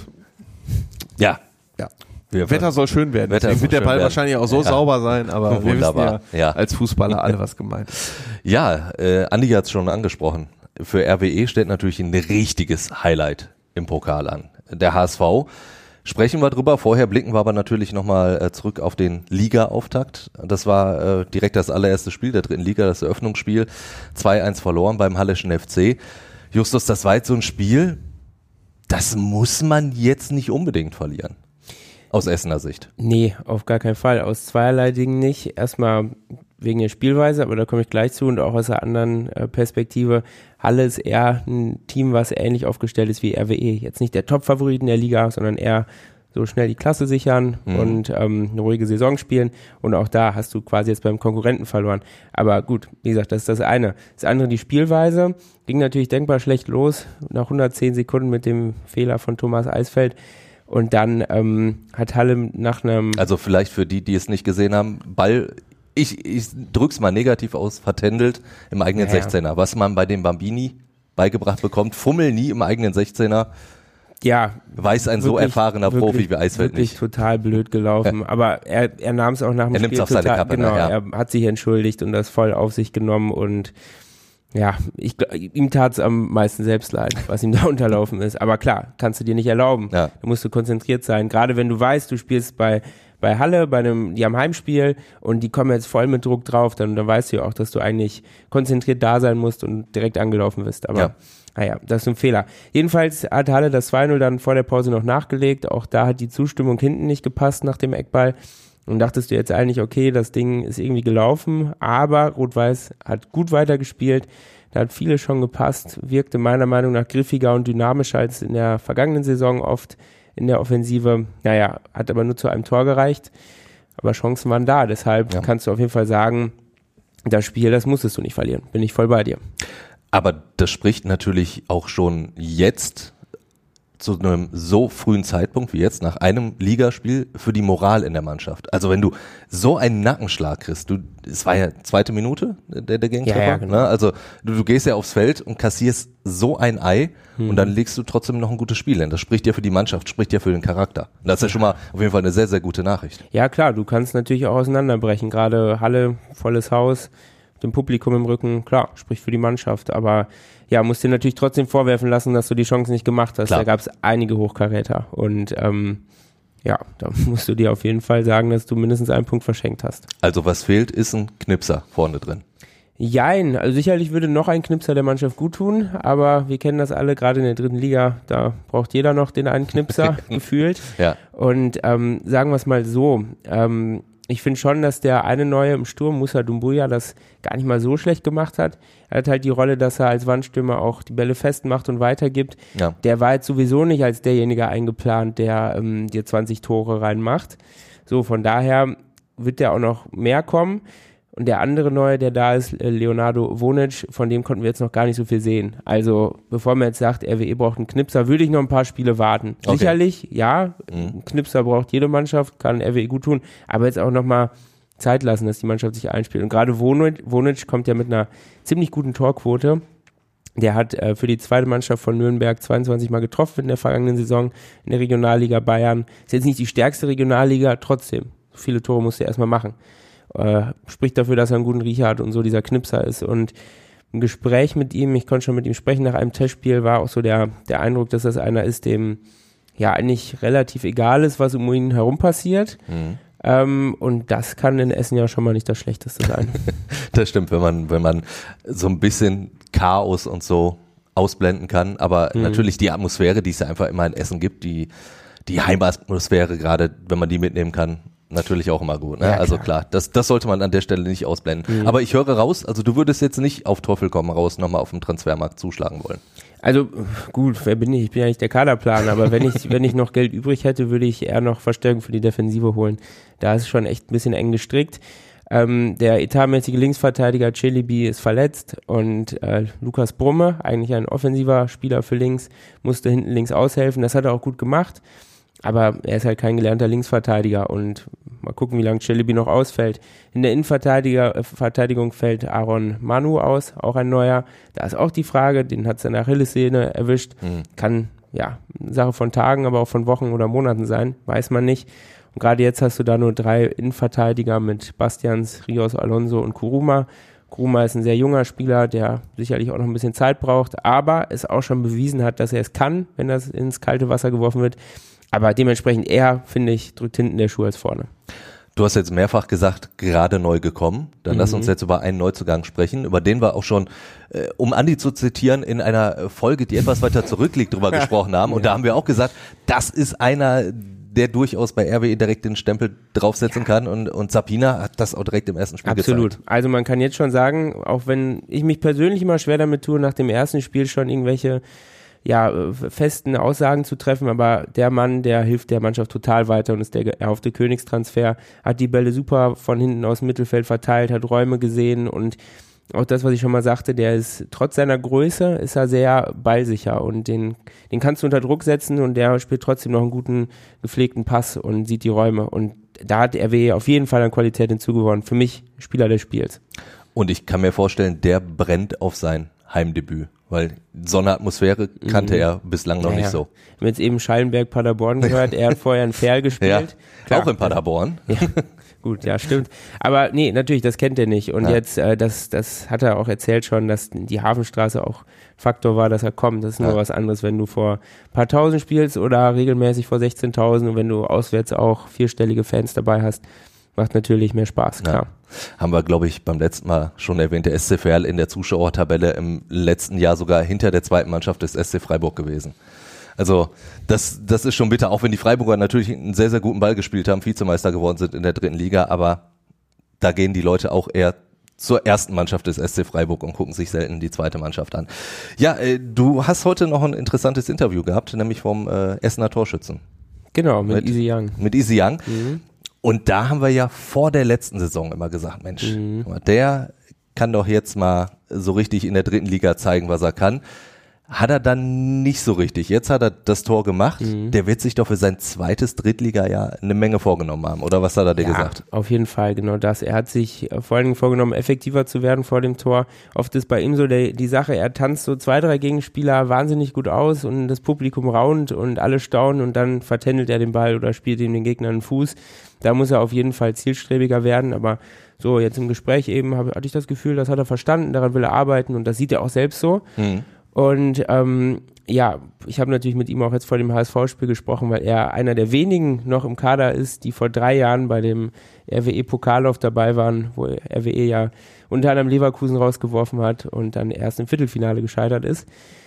Speaker 3: Wetter soll schön werden. Deswegen wird der Ball wahrscheinlich auch so sauber sein, aber wir wissen ja als Fußballer alle, was gemeint ist.
Speaker 2: Ja, Andi hat es schon angesprochen. Für RWE steht natürlich ein richtiges Highlight im Pokal an. Der HSV. Sprechen wir drüber. Vorher blicken wir aber natürlich nochmal zurück auf den Liga-Auftakt. Das war direkt das allererste Spiel der 3. Liga, das Eröffnungsspiel. 2-1 verloren beim Halleschen FC. Justus, das war jetzt so ein Spiel, das muss man jetzt nicht unbedingt verlieren. Aus Essener Sicht.
Speaker 4: Nee, auf gar keinen Fall. Aus zweierlei Dingen nicht. Erstmal wegen der Spielweise, aber da komme ich gleich zu, und auch aus der anderen Perspektive. Halle ist eher ein Team, was ähnlich aufgestellt ist wie RWE. Jetzt nicht der Top-Favorit in der Liga, sondern eher so schnell die Klasse sichern und eine ruhige Saison spielen. Und auch da hast du quasi jetzt beim Konkurrenten verloren. Aber gut, wie gesagt, das ist das eine. Das andere, die Spielweise, ging natürlich denkbar schlecht los. Nach 110 Sekunden mit dem Fehler von Thomas Eisfeld. Und dann hat Halle nach einem...
Speaker 2: Also vielleicht für die es nicht gesehen haben, Ball... Ich drück's mal negativ aus, vertändelt im eigenen 16er. Was man bei dem Bambini beigebracht bekommt, Fummel nie im eigenen 16er.
Speaker 4: Ja.
Speaker 2: Weiß ein so erfahrener Profi wie Eisfeld nicht.
Speaker 4: Wirklich total blöd gelaufen. Aber er nahm es auch nach dem Spiel
Speaker 2: total, auf seine Kappe,
Speaker 4: genau, er hat sich entschuldigt und das voll auf sich genommen und Ja, ihm tat's am meisten selbst leid, was ihm da unterlaufen ist. Aber klar, kannst du dir nicht erlauben.
Speaker 2: Ja.
Speaker 4: Da musst du konzentriert sein. Gerade wenn du weißt, du spielst bei Halle, die haben Heimspiel und die kommen jetzt voll mit Druck drauf, dann weißt du ja auch, dass du eigentlich konzentriert da sein musst und direkt angelaufen bist. Aber naja, das ist ein Fehler. Jedenfalls hat Halle das 2-0 dann vor der Pause noch nachgelegt. Auch da hat die Zustimmung hinten nicht gepasst nach dem Eckball. Und dachtest du jetzt eigentlich, okay, das Ding ist irgendwie gelaufen, aber Rot-Weiß hat gut weitergespielt. Da hat vieles schon gepasst, wirkte meiner Meinung nach griffiger und dynamischer als in der vergangenen Saison oft in der Offensive. Naja, hat aber nur zu einem Tor gereicht. Aber Chancen waren da, deshalb kannst du auf jeden Fall sagen, das Spiel, das musstest du nicht verlieren. Bin ich voll bei dir.
Speaker 2: Aber das spricht natürlich auch schon jetzt zu einem so frühen Zeitpunkt wie jetzt nach einem Ligaspiel für die Moral in der Mannschaft. Also wenn du so einen Nackenschlag kriegst, es war ja 2. Minute der Gegentreffer,
Speaker 4: ja, genau.
Speaker 2: Ne? Also du gehst ja aufs Feld und kassierst so ein Ei und dann legst du trotzdem noch ein gutes Spiel hin. Das spricht ja für die Mannschaft, spricht ja für den Charakter. Und das ist ja schon mal auf jeden Fall eine sehr, sehr gute Nachricht.
Speaker 4: Ja klar, du kannst natürlich auch auseinanderbrechen. Gerade Halle, volles Haus, dem Publikum im Rücken, klar, spricht für die Mannschaft, aber ja, musst dir natürlich trotzdem vorwerfen lassen, dass du die Chance nicht gemacht hast. Klar. Da gab es einige Hochkaräter und da musst du dir auf jeden Fall sagen, dass du mindestens einen Punkt verschenkt hast.
Speaker 2: Also was fehlt, ist ein Knipser vorne drin.
Speaker 4: Jein, also sicherlich würde noch ein Knipser der Mannschaft gut tun, aber wir kennen das alle, gerade in der 3. Liga, da braucht jeder noch den einen Knipser, gefühlt.
Speaker 2: Ja.
Speaker 4: Und sagen wir es mal so, ich finde schon, dass der eine Neue im Sturm, Moussa Doumbouya, das gar nicht mal so schlecht gemacht hat. Er hat halt die Rolle, dass er als Wandstürmer auch die Bälle festmacht und weitergibt. Ja. Der war jetzt sowieso nicht als derjenige eingeplant, der dir 20 Tore reinmacht. So, von daher wird der auch noch mehr kommen. Und der andere Neue, der da ist, Leonardo Vonic, von dem konnten wir jetzt noch gar nicht so viel sehen. Also, bevor man jetzt sagt, RWE braucht einen Knipser, würde ich noch ein paar Spiele warten. Okay. Sicherlich, ja, einen Knipser braucht jede Mannschaft, kann RWE gut tun, aber jetzt auch noch mal Zeit lassen, dass die Mannschaft sich einspielt. Und gerade Vonic kommt ja mit einer ziemlich guten Torquote. Der hat für die zweite Mannschaft von Nürnberg 22 Mal getroffen in der vergangenen Saison in der Regionalliga Bayern. Ist jetzt nicht die stärkste Regionalliga, trotzdem. Viele Tore musste er erstmal machen. Spricht dafür, dass er einen guten Riecher hat und so dieser Knipser ist. Und im Gespräch mit ihm, ich konnte schon mit ihm sprechen nach einem Testspiel, war auch so der Eindruck, dass das einer ist, dem ja eigentlich relativ egal ist, was um ihn herum passiert. Und das kann in Essen ja schon mal nicht das Schlechteste sein.
Speaker 2: Das stimmt, wenn man so ein bisschen Chaos und so ausblenden kann, aber natürlich die Atmosphäre, die es ja einfach immer in Essen gibt, die Heimatmosphäre, gerade wenn man die mitnehmen kann, natürlich auch immer gut. Ne? Ja, also klar, das sollte man an der Stelle nicht ausblenden. Aber ich höre raus, also du würdest jetzt nicht auf Teufel komm raus nochmal auf dem Transfermarkt zuschlagen wollen.
Speaker 4: Also gut, wer bin ich? Ich bin ja nicht der Kaderplaner, aber wenn ich noch Geld übrig hätte, würde ich eher noch Verstärkung für die Defensive holen. Da ist es schon echt ein bisschen eng gestrickt. Der etatmäßige Linksverteidiger Celebi ist verletzt und Lukas Brumme, eigentlich ein offensiver Spieler für links, musste hinten links aushelfen. Das hat er auch gut gemacht. Aber er ist halt kein gelernter Linksverteidiger und mal gucken, wie lange Celebi noch ausfällt. In der Innenverteidigung fällt Aaron Manu aus, auch ein Neuer. Da ist auch die Frage, den hat seine Achillessehne erwischt. Kann, ja, eine Sache von Tagen, aber auch von Wochen oder Monaten sein, weiß man nicht. Und gerade jetzt hast du da nur 3 Innenverteidiger mit Bastians, Rios, Alonso und Kuruma. Kuruma ist ein sehr junger Spieler, der sicherlich auch noch ein bisschen Zeit braucht, aber es auch schon bewiesen hat, dass er es kann, wenn das ins kalte Wasser geworfen wird. Aber dementsprechend eher, finde ich, drückt hinten der Schuh als vorne.
Speaker 2: Du hast jetzt mehrfach gesagt, gerade neu gekommen. Dann lass uns jetzt über einen Neuzugang sprechen, über den wir auch schon, um Andi zu zitieren, in einer Folge, die etwas weiter zurückliegt, drüber gesprochen haben. Und da haben wir auch gesagt, das ist einer, der durchaus bei RWE direkt den Stempel draufsetzen kann. Und Sapina hat das auch direkt im ersten Spiel gezeigt.
Speaker 4: Absolut. Also man kann jetzt schon sagen, auch wenn ich mich persönlich immer schwer damit tue, nach dem ersten Spiel schon irgendwelche festen Aussagen zu treffen, aber der Mann, der hilft der Mannschaft total weiter und ist der erhoffte Königstransfer, hat die Bälle super von hinten aus dem Mittelfeld verteilt, hat Räume gesehen und auch das, was ich schon mal sagte, der ist trotz seiner Größe, ist er sehr ballsicher und den kannst du unter Druck setzen und der spielt trotzdem noch einen guten, gepflegten Pass und sieht die Räume und da hat RWE auf jeden Fall an Qualität hinzugewonnen. Für mich Spieler des Spiels.
Speaker 2: Und ich kann mir vorstellen, der brennt auf sein Heimdebüt. Weil so eine Atmosphäre kannte er bislang noch nicht so.
Speaker 4: Wir haben jetzt eben Schallenberg Paderborn gehört, er hat vorher in Ferl gespielt.
Speaker 2: Ja, auch in Paderborn.
Speaker 4: Ja. Gut, ja, stimmt. Aber nee, natürlich, das kennt er nicht. Und
Speaker 2: Ja.
Speaker 4: jetzt, das hat er auch erzählt schon, dass die Hafenstraße auch Faktor war, dass er kommt. Das ist nur was anderes, wenn du vor ein paar Tausend spielst oder regelmäßig vor 16.000 und wenn du auswärts auch vierstellige Fans dabei hast, macht natürlich mehr Spaß, klar.
Speaker 2: Ja. Haben wir, glaube ich, beim letzten Mal schon erwähnt, der SC Verl in der Zuschauertabelle im letzten Jahr sogar hinter der zweiten Mannschaft des SC Freiburg gewesen. Also das ist schon bitter, auch wenn die Freiburger natürlich einen sehr, sehr guten Ball gespielt haben, Vizemeister geworden sind in der 3. Liga, aber da gehen die Leute auch eher zur ersten Mannschaft des SC Freiburg und gucken sich selten die zweite Mannschaft an. Ja, du hast heute noch ein interessantes Interview gehabt, nämlich vom Essener Torschützen.
Speaker 4: Genau, mit Easy Young.
Speaker 2: Mit Easy Young. Und da haben wir ja vor der letzten Saison immer gesagt, Mensch, der kann doch jetzt mal so richtig in der 3. Liga zeigen, was er kann. Hat er dann nicht so richtig. Jetzt hat er das Tor gemacht. Der wird sich doch für sein zweites Drittliga-Jahr eine Menge vorgenommen haben. Oder was hat er dir gesagt?
Speaker 4: Auf jeden Fall, genau das. Er hat sich vor allen Dingen vorgenommen, effektiver zu werden vor dem Tor. Oft ist bei ihm so die Sache, er tanzt so 2, 3 Gegenspieler wahnsinnig gut aus und das Publikum raunt und alle staunen und dann vertändelt er den Ball oder spielt ihm den Gegner einen Fuß. Da muss er auf jeden Fall zielstrebiger werden, aber so jetzt im Gespräch eben hatte ich das Gefühl, das hat er verstanden, daran will er arbeiten und das sieht er auch selbst so. Und ich habe natürlich mit ihm auch jetzt vor dem HSV-Spiel gesprochen, weil er einer der wenigen noch im Kader ist, die vor 3 Jahren bei dem RWE-Pokallauf dabei waren, wo RWE ja unter anderem Leverkusen rausgeworfen hat und dann erst im Viertelfinale gescheitert ist.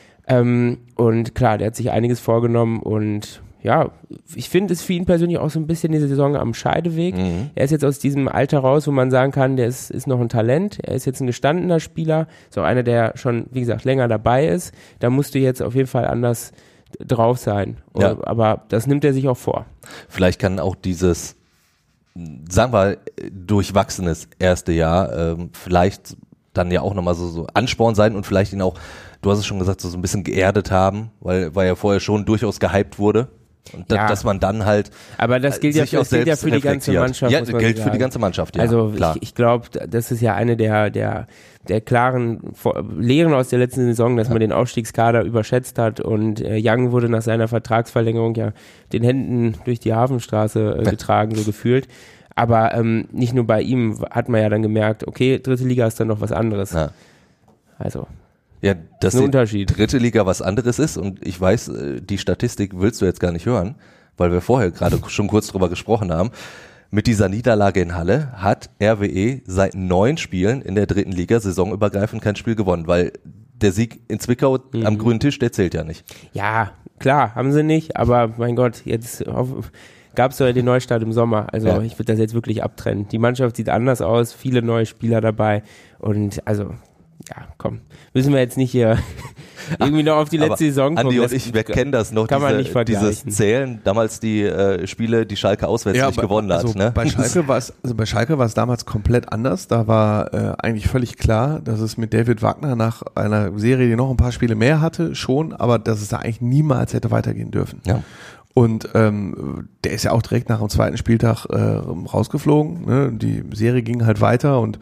Speaker 4: Und klar, der hat sich einiges vorgenommen und ja, ich finde es für ihn persönlich auch so ein bisschen diese Saison am Scheideweg. Er ist jetzt aus diesem Alter raus, wo man sagen kann, der ist noch ein Talent. Er ist jetzt ein gestandener Spieler, ist auch einer, der schon, wie gesagt, länger dabei ist. Da musst du jetzt auf jeden Fall anders drauf sein.
Speaker 2: Ja.
Speaker 4: Aber das nimmt er sich auch vor.
Speaker 2: Vielleicht kann auch dieses, sagen wir, durchwachsenes erste Jahr vielleicht dann ja auch nochmal so Ansporn sein und vielleicht ihn auch, du hast es schon gesagt, so ein bisschen geerdet haben, weil er vorher schon durchaus gehypt wurde. Und dass man dann halt.
Speaker 4: Aber das gilt ja für die ganze Mannschaft.
Speaker 2: Ja, gilt für die ganze Mannschaft, ja.
Speaker 4: Also
Speaker 2: klar.
Speaker 4: Ich glaube, das ist ja eine der klaren Lehren aus der letzten Saison, dass man den Aufstiegskader überschätzt hat und Young wurde nach seiner Vertragsverlängerung ja den Händen durch die Hafenstraße getragen, so gefühlt. Aber nicht nur bei ihm hat man ja dann gemerkt, okay, 3. Liga ist dann noch was anderes. Ja. Also.
Speaker 2: Ja, dass
Speaker 4: ein Unterschied.
Speaker 2: 3. Liga was anderes ist und ich weiß, die Statistik willst du jetzt gar nicht hören, weil wir vorher gerade schon kurz drüber gesprochen haben. Mit dieser Niederlage in Halle hat RWE seit 9 Spielen in der 3. Liga saisonübergreifend kein Spiel gewonnen, weil der Sieg in Zwickau am grünen Tisch, der zählt ja nicht. Ja,
Speaker 4: klar, haben sie nicht, aber mein Gott, jetzt gab es ja den Neustart im Sommer, also ich würde das jetzt wirklich abtrennen. Die Mannschaft sieht anders aus, viele neue Spieler dabei und also ja, komm, müssen wir jetzt nicht hier irgendwie noch auf die letzte Saison kommen.
Speaker 2: Andi und ich, wir kennen das noch, dieses Zählen, damals die Spiele, die Schalke auswärts nicht gewonnen hat.
Speaker 3: Also
Speaker 2: ne?
Speaker 3: Bei Schalke war es damals komplett anders. Da war eigentlich völlig klar, dass es mit David Wagner nach einer Serie, die noch ein paar Spiele mehr hatte, schon, aber dass es da eigentlich niemals hätte weitergehen dürfen. Ja. Und der ist ja auch direkt nach dem 2. Spieltag rausgeflogen. Ne? Die Serie ging halt weiter und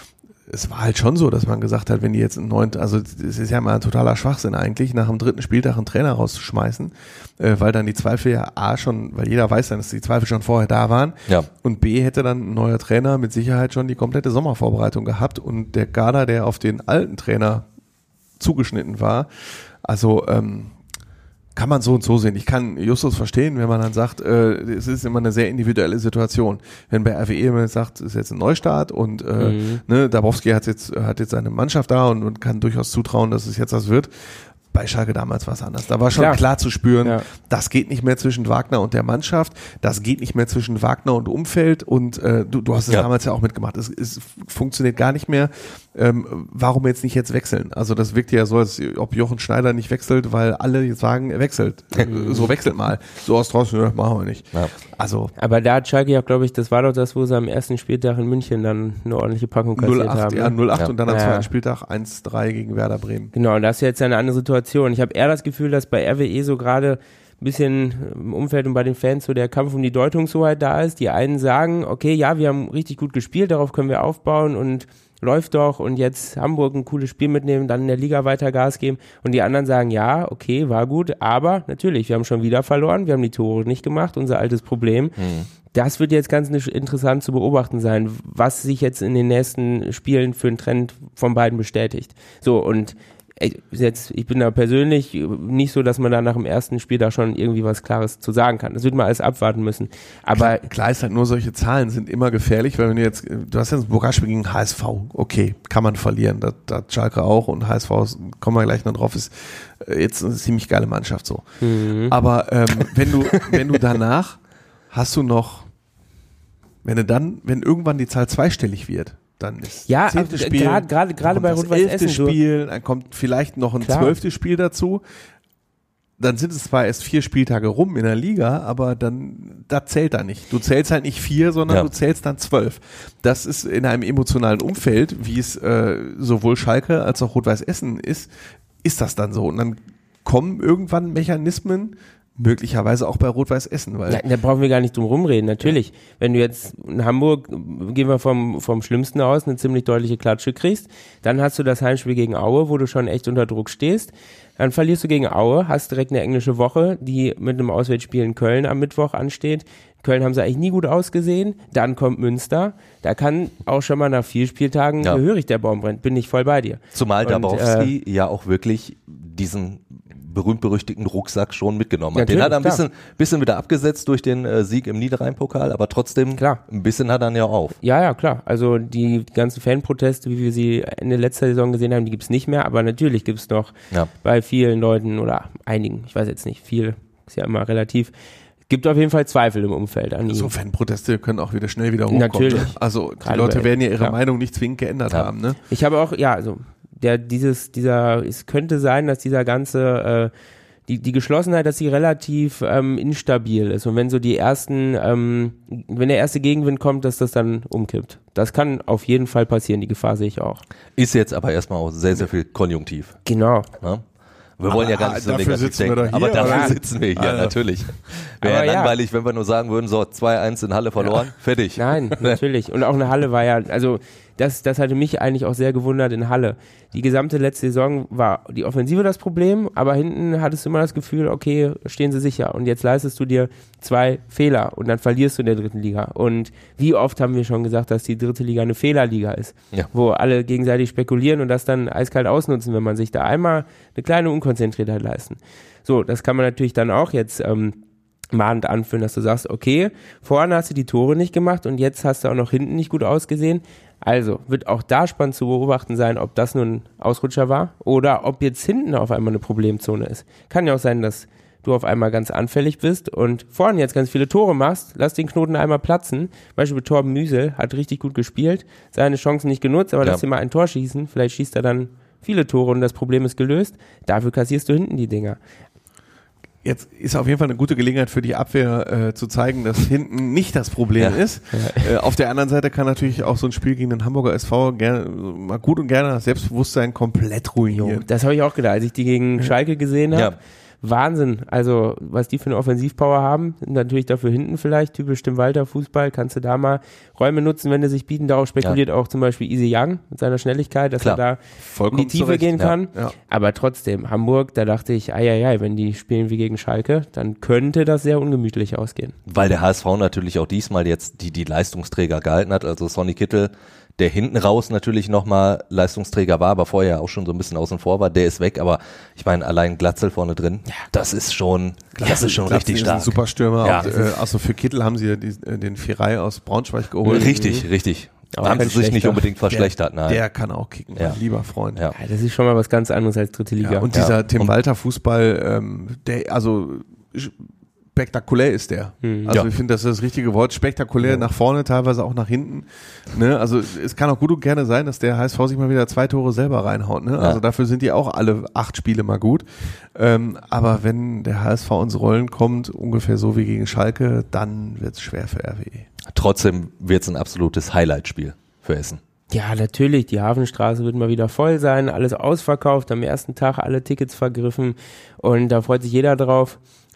Speaker 3: es war halt schon so, dass man gesagt hat, wenn die jetzt also es ist ja mal ein totaler Schwachsinn eigentlich, nach dem 3. Spieltag einen Trainer rauszuschmeißen, weil dann die Zweifel ja weil jeder weiß dann, dass die Zweifel schon vorher da waren und B hätte dann ein neuer Trainer mit Sicherheit schon die komplette Sommervorbereitung gehabt und der Kader, der auf den alten Trainer zugeschnitten war, also kann man so und so sehen. Ich kann Justus verstehen, wenn man dann sagt, es ist immer eine sehr individuelle Situation. Wenn bei RWE man sagt, es ist jetzt ein Neustart und Dabrowski hat jetzt seine Mannschaft da und kann durchaus zutrauen, dass es jetzt was wird. Bei Schalke damals war es anders. Da war schon klar zu spüren, das geht nicht mehr zwischen Wagner und der Mannschaft, das geht nicht mehr zwischen Wagner und Umfeld und du hast es damals ja auch mitgemacht. Es funktioniert gar nicht mehr. Warum jetzt nicht jetzt wechseln? Also das wirkt ja so, als ob Jochen Schneider nicht wechselt, weil alle jetzt sagen, er wechselt. So wechselt mal. So aus draußen, machen wir nicht. Ja. Also. Aber da hat Schalke ja, glaube ich, das war doch das, wo sie am 1. Spieltag in München dann eine ordentliche Packung kassiert haben. Ja, 0-8 und dann am 2. Spieltag 1-3 gegen Werder Bremen. Genau, und das ist jetzt eine andere Situation. Ich habe eher das Gefühl, dass bei RWE so gerade ein bisschen im Umfeld und bei den Fans so der Kampf um die Deutungshoheit da ist. Die einen sagen, okay, ja, wir haben richtig gut gespielt, darauf können wir aufbauen und
Speaker 4: läuft doch und jetzt Hamburg ein cooles Spiel mitnehmen, dann in der Liga weiter Gas geben und die anderen sagen, ja, okay, war gut, aber natürlich, wir haben schon wieder verloren, wir haben die Tore nicht gemacht, unser altes Problem. Das wird jetzt ganz interessant zu beobachten sein, was sich jetzt in den nächsten Spielen für einen Trend von beiden bestätigt. So, und ich bin da persönlich nicht so, dass man da nach dem ersten Spiel da schon irgendwie was Klares zu sagen kann. Das wird man alles abwarten müssen. Aber
Speaker 3: klar ist halt nur, solche Zahlen sind immer gefährlich, weil wenn du jetzt, du hast jetzt ein Pokalspiel gegen HSV, okay, kann man verlieren, das Schalke auch und HSV, kommen wir gleich noch drauf, ist jetzt eine ziemlich geile Mannschaft so. Aber wenn du danach hast du noch, wenn irgendwann die Zahl zweistellig wird, dann ist
Speaker 4: ja,
Speaker 3: 10. Spiel,
Speaker 4: gerade bei Rot-Weiß Essen.
Speaker 3: Spiel, dann kommt vielleicht noch ein 12. Spiel dazu. Dann sind es zwar erst 4 Spieltage rum in der Liga, aber dann, das zählt da nicht. Du zählst halt nicht 4, sondern du zählst dann 12. Das ist in einem emotionalen Umfeld, wie es sowohl Schalke als auch Rot-Weiß Essen ist das dann so. Und dann kommen irgendwann Mechanismen, möglicherweise auch bei Rot-Weiß Essen. Weil
Speaker 4: da brauchen wir gar nicht drum rumreden, natürlich. Wenn du jetzt in Hamburg, gehen wir vom Schlimmsten aus, eine ziemlich deutliche Klatsche kriegst, dann hast du das Heimspiel gegen Aue, wo du schon echt unter Druck stehst, dann verlierst du gegen Aue, hast direkt eine englische Woche, die mit einem Auswärtsspiel in Köln am Mittwoch ansteht. Köln haben sie eigentlich nie gut ausgesehen, dann kommt Münster, da kann auch schon mal nach 4 Spieltagen gehörig der Baum brennen, bin ich voll bei dir.
Speaker 2: Zumal Dabrowski ja auch wirklich diesen berühmt-berüchtigten Rucksack schon mitgenommen hat. Den hat er ein bisschen wieder abgesetzt durch den Sieg im Niederrhein-Pokal, aber trotzdem ein bisschen hat er ihn ja auf.
Speaker 4: Ja, klar. Also die ganzen Fanproteste, wie wir sie Ende letzter Saison gesehen haben, die gibt's nicht mehr, aber natürlich gibt's noch bei vielen Leuten oder einigen, ich weiß jetzt nicht, viel ist ja immer relativ, gibt auf jeden Fall Zweifel im Umfeld an ihm.
Speaker 3: So Fanproteste können auch schnell wieder hochkommen.
Speaker 4: Natürlich.
Speaker 3: Ne? Also die Leute werden ja ihre Meinung nicht zwingend geändert haben. Ne?
Speaker 4: Ich habe auch, es könnte sein, dass dieser ganze, die Geschlossenheit, dass sie relativ instabil ist und wenn so wenn der erste Gegenwind kommt, dass das dann umkippt. Das kann auf jeden Fall passieren, die Gefahr sehe ich auch.
Speaker 2: Ist jetzt aber erstmal auch sehr, sehr viel konjunktiv.
Speaker 4: Genau.
Speaker 2: Ja? Wir wollen ja gar nicht so negativ denken, aber dafür sitzen wir hier, natürlich. Wäre ja langweilig, wenn wir nur sagen würden, so 2-1 in Halle verloren, fertig.
Speaker 4: Nein, natürlich. Und auch eine Halle war ja, also das hatte mich eigentlich auch sehr gewundert in Halle. Die gesamte letzte Saison war die Offensive das Problem, aber hinten hattest du immer das Gefühl, okay, stehen sie sicher und jetzt leistest du dir 2 Fehler und dann verlierst du in der 3. Liga. Und wie oft haben wir schon gesagt, dass die 3. Liga eine Fehlerliga ist, wo alle gegenseitig spekulieren und das dann eiskalt ausnutzen, wenn man sich da einmal eine kleine Unkonzentriertheit leisten. So, das kann man natürlich dann auch jetzt mahnend anführen, dass du sagst, okay, vorne hast du die Tore nicht gemacht und jetzt hast du auch noch hinten nicht gut ausgesehen. Also wird auch da spannend zu beobachten sein, ob das nun ein Ausrutscher war oder ob jetzt hinten auf einmal eine Problemzone ist. Kann ja auch sein, dass du auf einmal ganz anfällig bist und vorne jetzt ganz viele Tore machst, lass den Knoten einmal platzen. Beispiel Torben Müsel hat richtig gut gespielt, seine Chancen nicht genutzt, aber lass ihn mal ein Tor schießen, vielleicht schießt er dann viele Tore und das Problem ist gelöst. Dafür kassierst du hinten die Dinger.
Speaker 3: Jetzt ist auf jeden Fall eine gute Gelegenheit für die Abwehr zu zeigen, dass hinten nicht das Problem ist. Auf der anderen Seite kann natürlich auch so ein Spiel gegen den Hamburger SV mal gut und gerne das Selbstbewusstsein komplett ruinieren.
Speaker 4: Das habe ich auch gedacht, als ich die gegen Schalke gesehen habe. Wahnsinn, also was die für eine Offensivpower haben, natürlich dafür hinten vielleicht, typisch Tim Walter Fußball, kannst du da mal Räume nutzen, wenn die sich bieten, darauf spekuliert auch zum Beispiel Easy Young mit seiner Schnelligkeit, dass er da
Speaker 3: vollkommen
Speaker 4: in die Tiefe gehen kann, aber trotzdem, Hamburg, da dachte ich, wenn die spielen wie gegen Schalke, dann könnte das sehr ungemütlich ausgehen.
Speaker 2: Weil der HSV natürlich auch diesmal jetzt die Leistungsträger gehalten hat, also Sonny Kittel, der hinten raus natürlich nochmal Leistungsträger war, aber vorher auch schon so ein bisschen außen vor war, der ist weg, aber ich meine, allein Glatzel vorne drin, das ist schon richtig stark.
Speaker 3: Ein super Stürmer. Ja. Also für Kittel haben sie den Firai aus Braunschweig geholt.
Speaker 2: Richtig. Aber haben sie sich nicht unbedingt verschlechtert. Nein.
Speaker 3: Der kann auch kicken, mein lieber Freund.
Speaker 4: Ja, das ist schon mal was ganz anderes als 3. Liga.
Speaker 3: Und dieser Tim Walter Fußball, spektakulär ist der. Also ich finde, das ist das richtige Wort. Spektakulär nach vorne, teilweise auch nach hinten. Ne? Also es kann auch gut und gerne sein, dass der HSV sich mal wieder 2 Tore selber reinhaut. Ne? Also dafür sind die auch alle 8 Spiele mal gut. Aber wenn der HSV ins Rollen kommt, ungefähr so wie gegen Schalke, dann wird es schwer für RWE.
Speaker 2: Trotzdem wird es ein absolutes Highlight-Spiel für Essen.
Speaker 4: Ja, natürlich, die Hafenstraße wird mal wieder voll sein, alles ausverkauft, am ersten Tag alle Tickets vergriffen und da freut sich jeder drauf.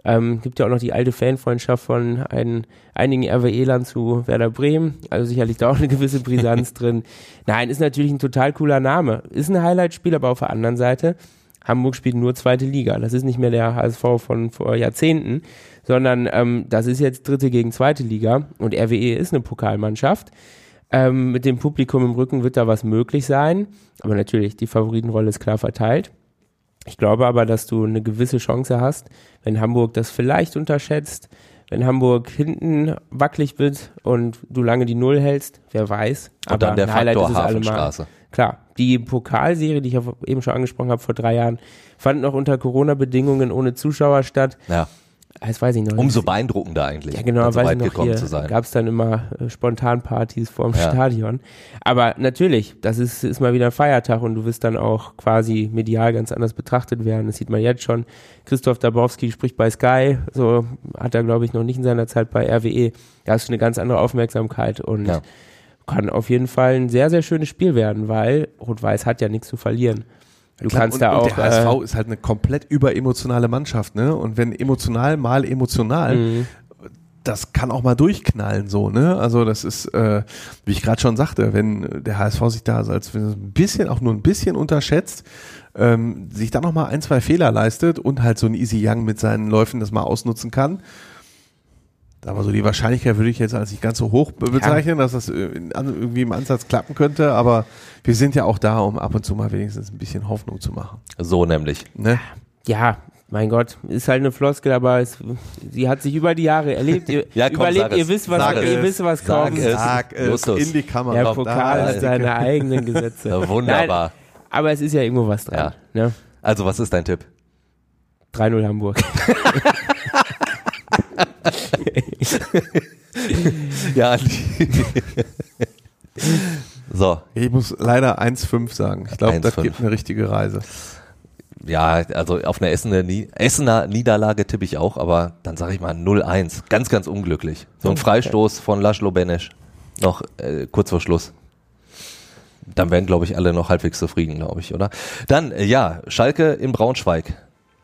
Speaker 4: Gibt ja auch noch die alte Fanfreundschaft von einigen RWE-Lern zu Werder Bremen, also sicherlich da auch eine gewisse Brisanz drin. Nein, ist natürlich ein total cooler Name. Ist ein Highlight-Spiel, aber auf der anderen Seite, Hamburg spielt nur 2. Liga. Das ist nicht mehr der HSV von vor Jahrzehnten, sondern das ist jetzt 3. gegen 2. Liga und RWE ist eine Pokalmannschaft. Mit dem Publikum im Rücken wird da was möglich sein, aber natürlich, die Favoritenrolle ist klar verteilt. Ich glaube aber, dass du eine gewisse Chance hast, wenn Hamburg das vielleicht unterschätzt, wenn Hamburg hinten wackelig wird und du lange die Null hältst, wer weiß.
Speaker 2: Und
Speaker 4: aber
Speaker 2: dann der Faktor Hafenstraße.
Speaker 4: Klar, die Pokalserie, die ich eben schon angesprochen habe vor 3 Jahren, fand noch unter Corona-Bedingungen ohne Zuschauer statt.
Speaker 2: Ja.
Speaker 4: Das weiß ich noch.
Speaker 2: Umso beeindruckender eigentlich,
Speaker 4: ja, genau,
Speaker 2: so
Speaker 4: weiß
Speaker 2: weit
Speaker 4: ich noch,
Speaker 2: gekommen
Speaker 4: hier
Speaker 2: zu sein.
Speaker 4: gab es dann immer Spontanpartys vorm Stadion. Aber natürlich, das ist mal wieder ein Feiertag und du wirst dann auch quasi medial ganz anders betrachtet werden. Das sieht man jetzt schon. Christoph Dabrowski spricht bei Sky, so hat er, glaube ich, noch nicht in seiner Zeit bei RWE. Da hast du eine ganz andere Aufmerksamkeit und kann auf jeden Fall ein sehr, sehr schönes Spiel werden, weil Rot-Weiß hat ja nichts zu verlieren. Du kannst da auch.
Speaker 3: Und der HSV ist halt eine komplett überemotionale Mannschaft, ne? Und wenn emotional mal emotional, das kann auch mal durchknallen, so, ne? Also das ist, wie ich gerade schon sagte, wenn der HSV sich da als ein bisschen, auch nur ein bisschen unterschätzt, sich da nochmal 1, 2 Fehler leistet und halt so ein Easy Young mit seinen Läufen das mal ausnutzen kann. Aber so die Wahrscheinlichkeit würde ich jetzt als nicht ganz so hoch bezeichnen, dass das irgendwie im Ansatz klappen könnte, aber wir sind ja auch da, um ab und zu mal wenigstens ein bisschen Hoffnung zu machen.
Speaker 2: So nämlich.
Speaker 3: Ne?
Speaker 4: Ja, mein Gott, ist halt eine Floskel, aber sie hat sich über die Jahre erlebt. Ihr überlebt, ihr wisst, was kommt.
Speaker 3: Sag es in die Kamera.
Speaker 4: Der Pokal hat seine eigenen Gesetze.
Speaker 2: Ja, wunderbar.
Speaker 4: Nein, aber es ist ja irgendwo was dran.
Speaker 2: Ja.
Speaker 4: Ne?
Speaker 2: Also, was ist dein Tipp?
Speaker 4: 3-0 Hamburg.
Speaker 2: Ja. So.
Speaker 3: Ich muss leider 1-5 sagen. Ich glaube, das
Speaker 2: 1-5.
Speaker 3: gibt eine richtige Reise.
Speaker 2: Ja, also auf eine Essener Niederlage tippe ich auch, aber dann sage ich mal 0-1. Ganz, ganz unglücklich. So ein Freistoß von Laszlo Benesch. Noch kurz vor Schluss. Dann werden, glaube ich, alle noch halbwegs zufrieden, glaube ich, oder? Dann, Schalke in Braunschweig.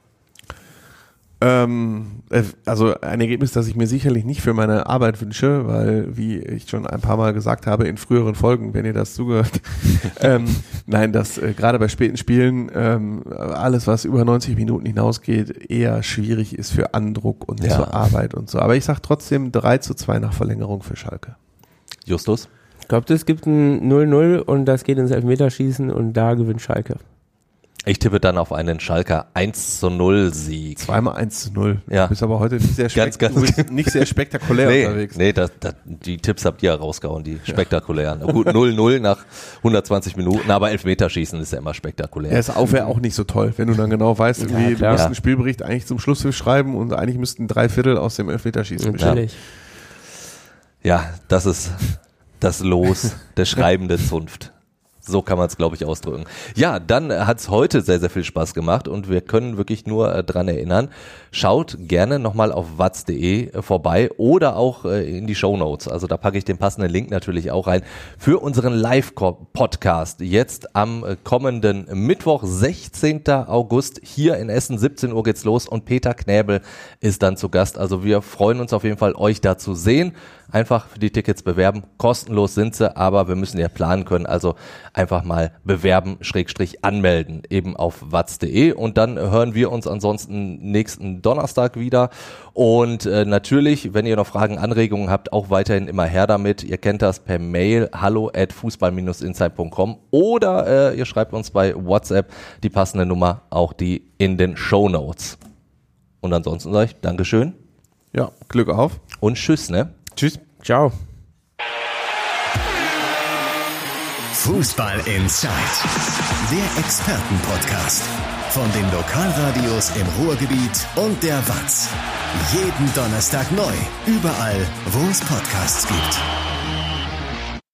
Speaker 3: Also ein Ergebnis, das ich mir sicherlich nicht für meine Arbeit wünsche, weil, wie ich schon ein paar Mal gesagt habe in früheren Folgen, wenn ihr das zugehört, nein, dass gerade bei späten Spielen alles, was über 90 Minuten hinausgeht, eher schwierig ist für Andruck und zur Arbeit und so. Aber ich sage trotzdem 3-2 nach Verlängerung für Schalke.
Speaker 2: Justus?
Speaker 4: Ich glaube, es gibt ein 0-0 und das geht ins Elfmeterschießen und da gewinnt Schalke.
Speaker 2: Ich tippe dann auf einen Schalker 1-0 Sieg.
Speaker 3: Zweimal 1-0.
Speaker 2: Ja.
Speaker 3: Du bist aber heute nicht sehr, nicht sehr spektakulär unterwegs.
Speaker 2: Nee, die Tipps habt ihr ja rausgehauen, die spektakulären. Gut, 0-0 nach 120 Minuten, aber Elfmeterschießen ist ja immer spektakulär.
Speaker 3: Ja, ist auch nicht so toll, wenn du dann genau weißt, irgendwie, du musst einen Spielbericht eigentlich zum Schluss schreiben und eigentlich müssten 3/4 aus dem Elfmeterschießen bestehen.
Speaker 4: Natürlich.
Speaker 2: Ja, das ist das Los der schreibenden Zunft. So kann man es, glaube ich, ausdrücken. Ja, dann hat es heute sehr, sehr viel Spaß gemacht und wir können wirklich nur dran erinnern, schaut gerne nochmal auf watz.de vorbei oder auch in die Shownotes. Also da packe ich den passenden Link natürlich auch rein für unseren Live-Podcast. Jetzt am kommenden Mittwoch, 16. August, hier in Essen, 17 Uhr geht's los und Peter Knäbel ist dann zu Gast. Also wir freuen uns auf jeden Fall, euch da zu sehen. Einfach für die Tickets bewerben. Kostenlos sind sie, aber wir müssen ja planen können. Also einfach mal bewerben, /anmelden, eben auf watz.de. Und dann hören wir uns ansonsten nächsten Donnerstag wieder. Und natürlich, wenn ihr noch Fragen, Anregungen habt, auch weiterhin immer her damit. Ihr kennt das per Mail, hallo@fußball-insight.com oder ihr schreibt uns bei WhatsApp die passende Nummer, auch die in den Shownotes. Und ansonsten sage ich Dankeschön.
Speaker 3: Ja, Glück auf.
Speaker 2: Und tschüss, ne?
Speaker 3: Tschüss.
Speaker 4: Ciao.
Speaker 1: Fußball Insight, der Expertenpodcast von den Lokalradios im Ruhrgebiet und der WAZ. Jeden Donnerstag neu, überall, wo es Podcasts gibt.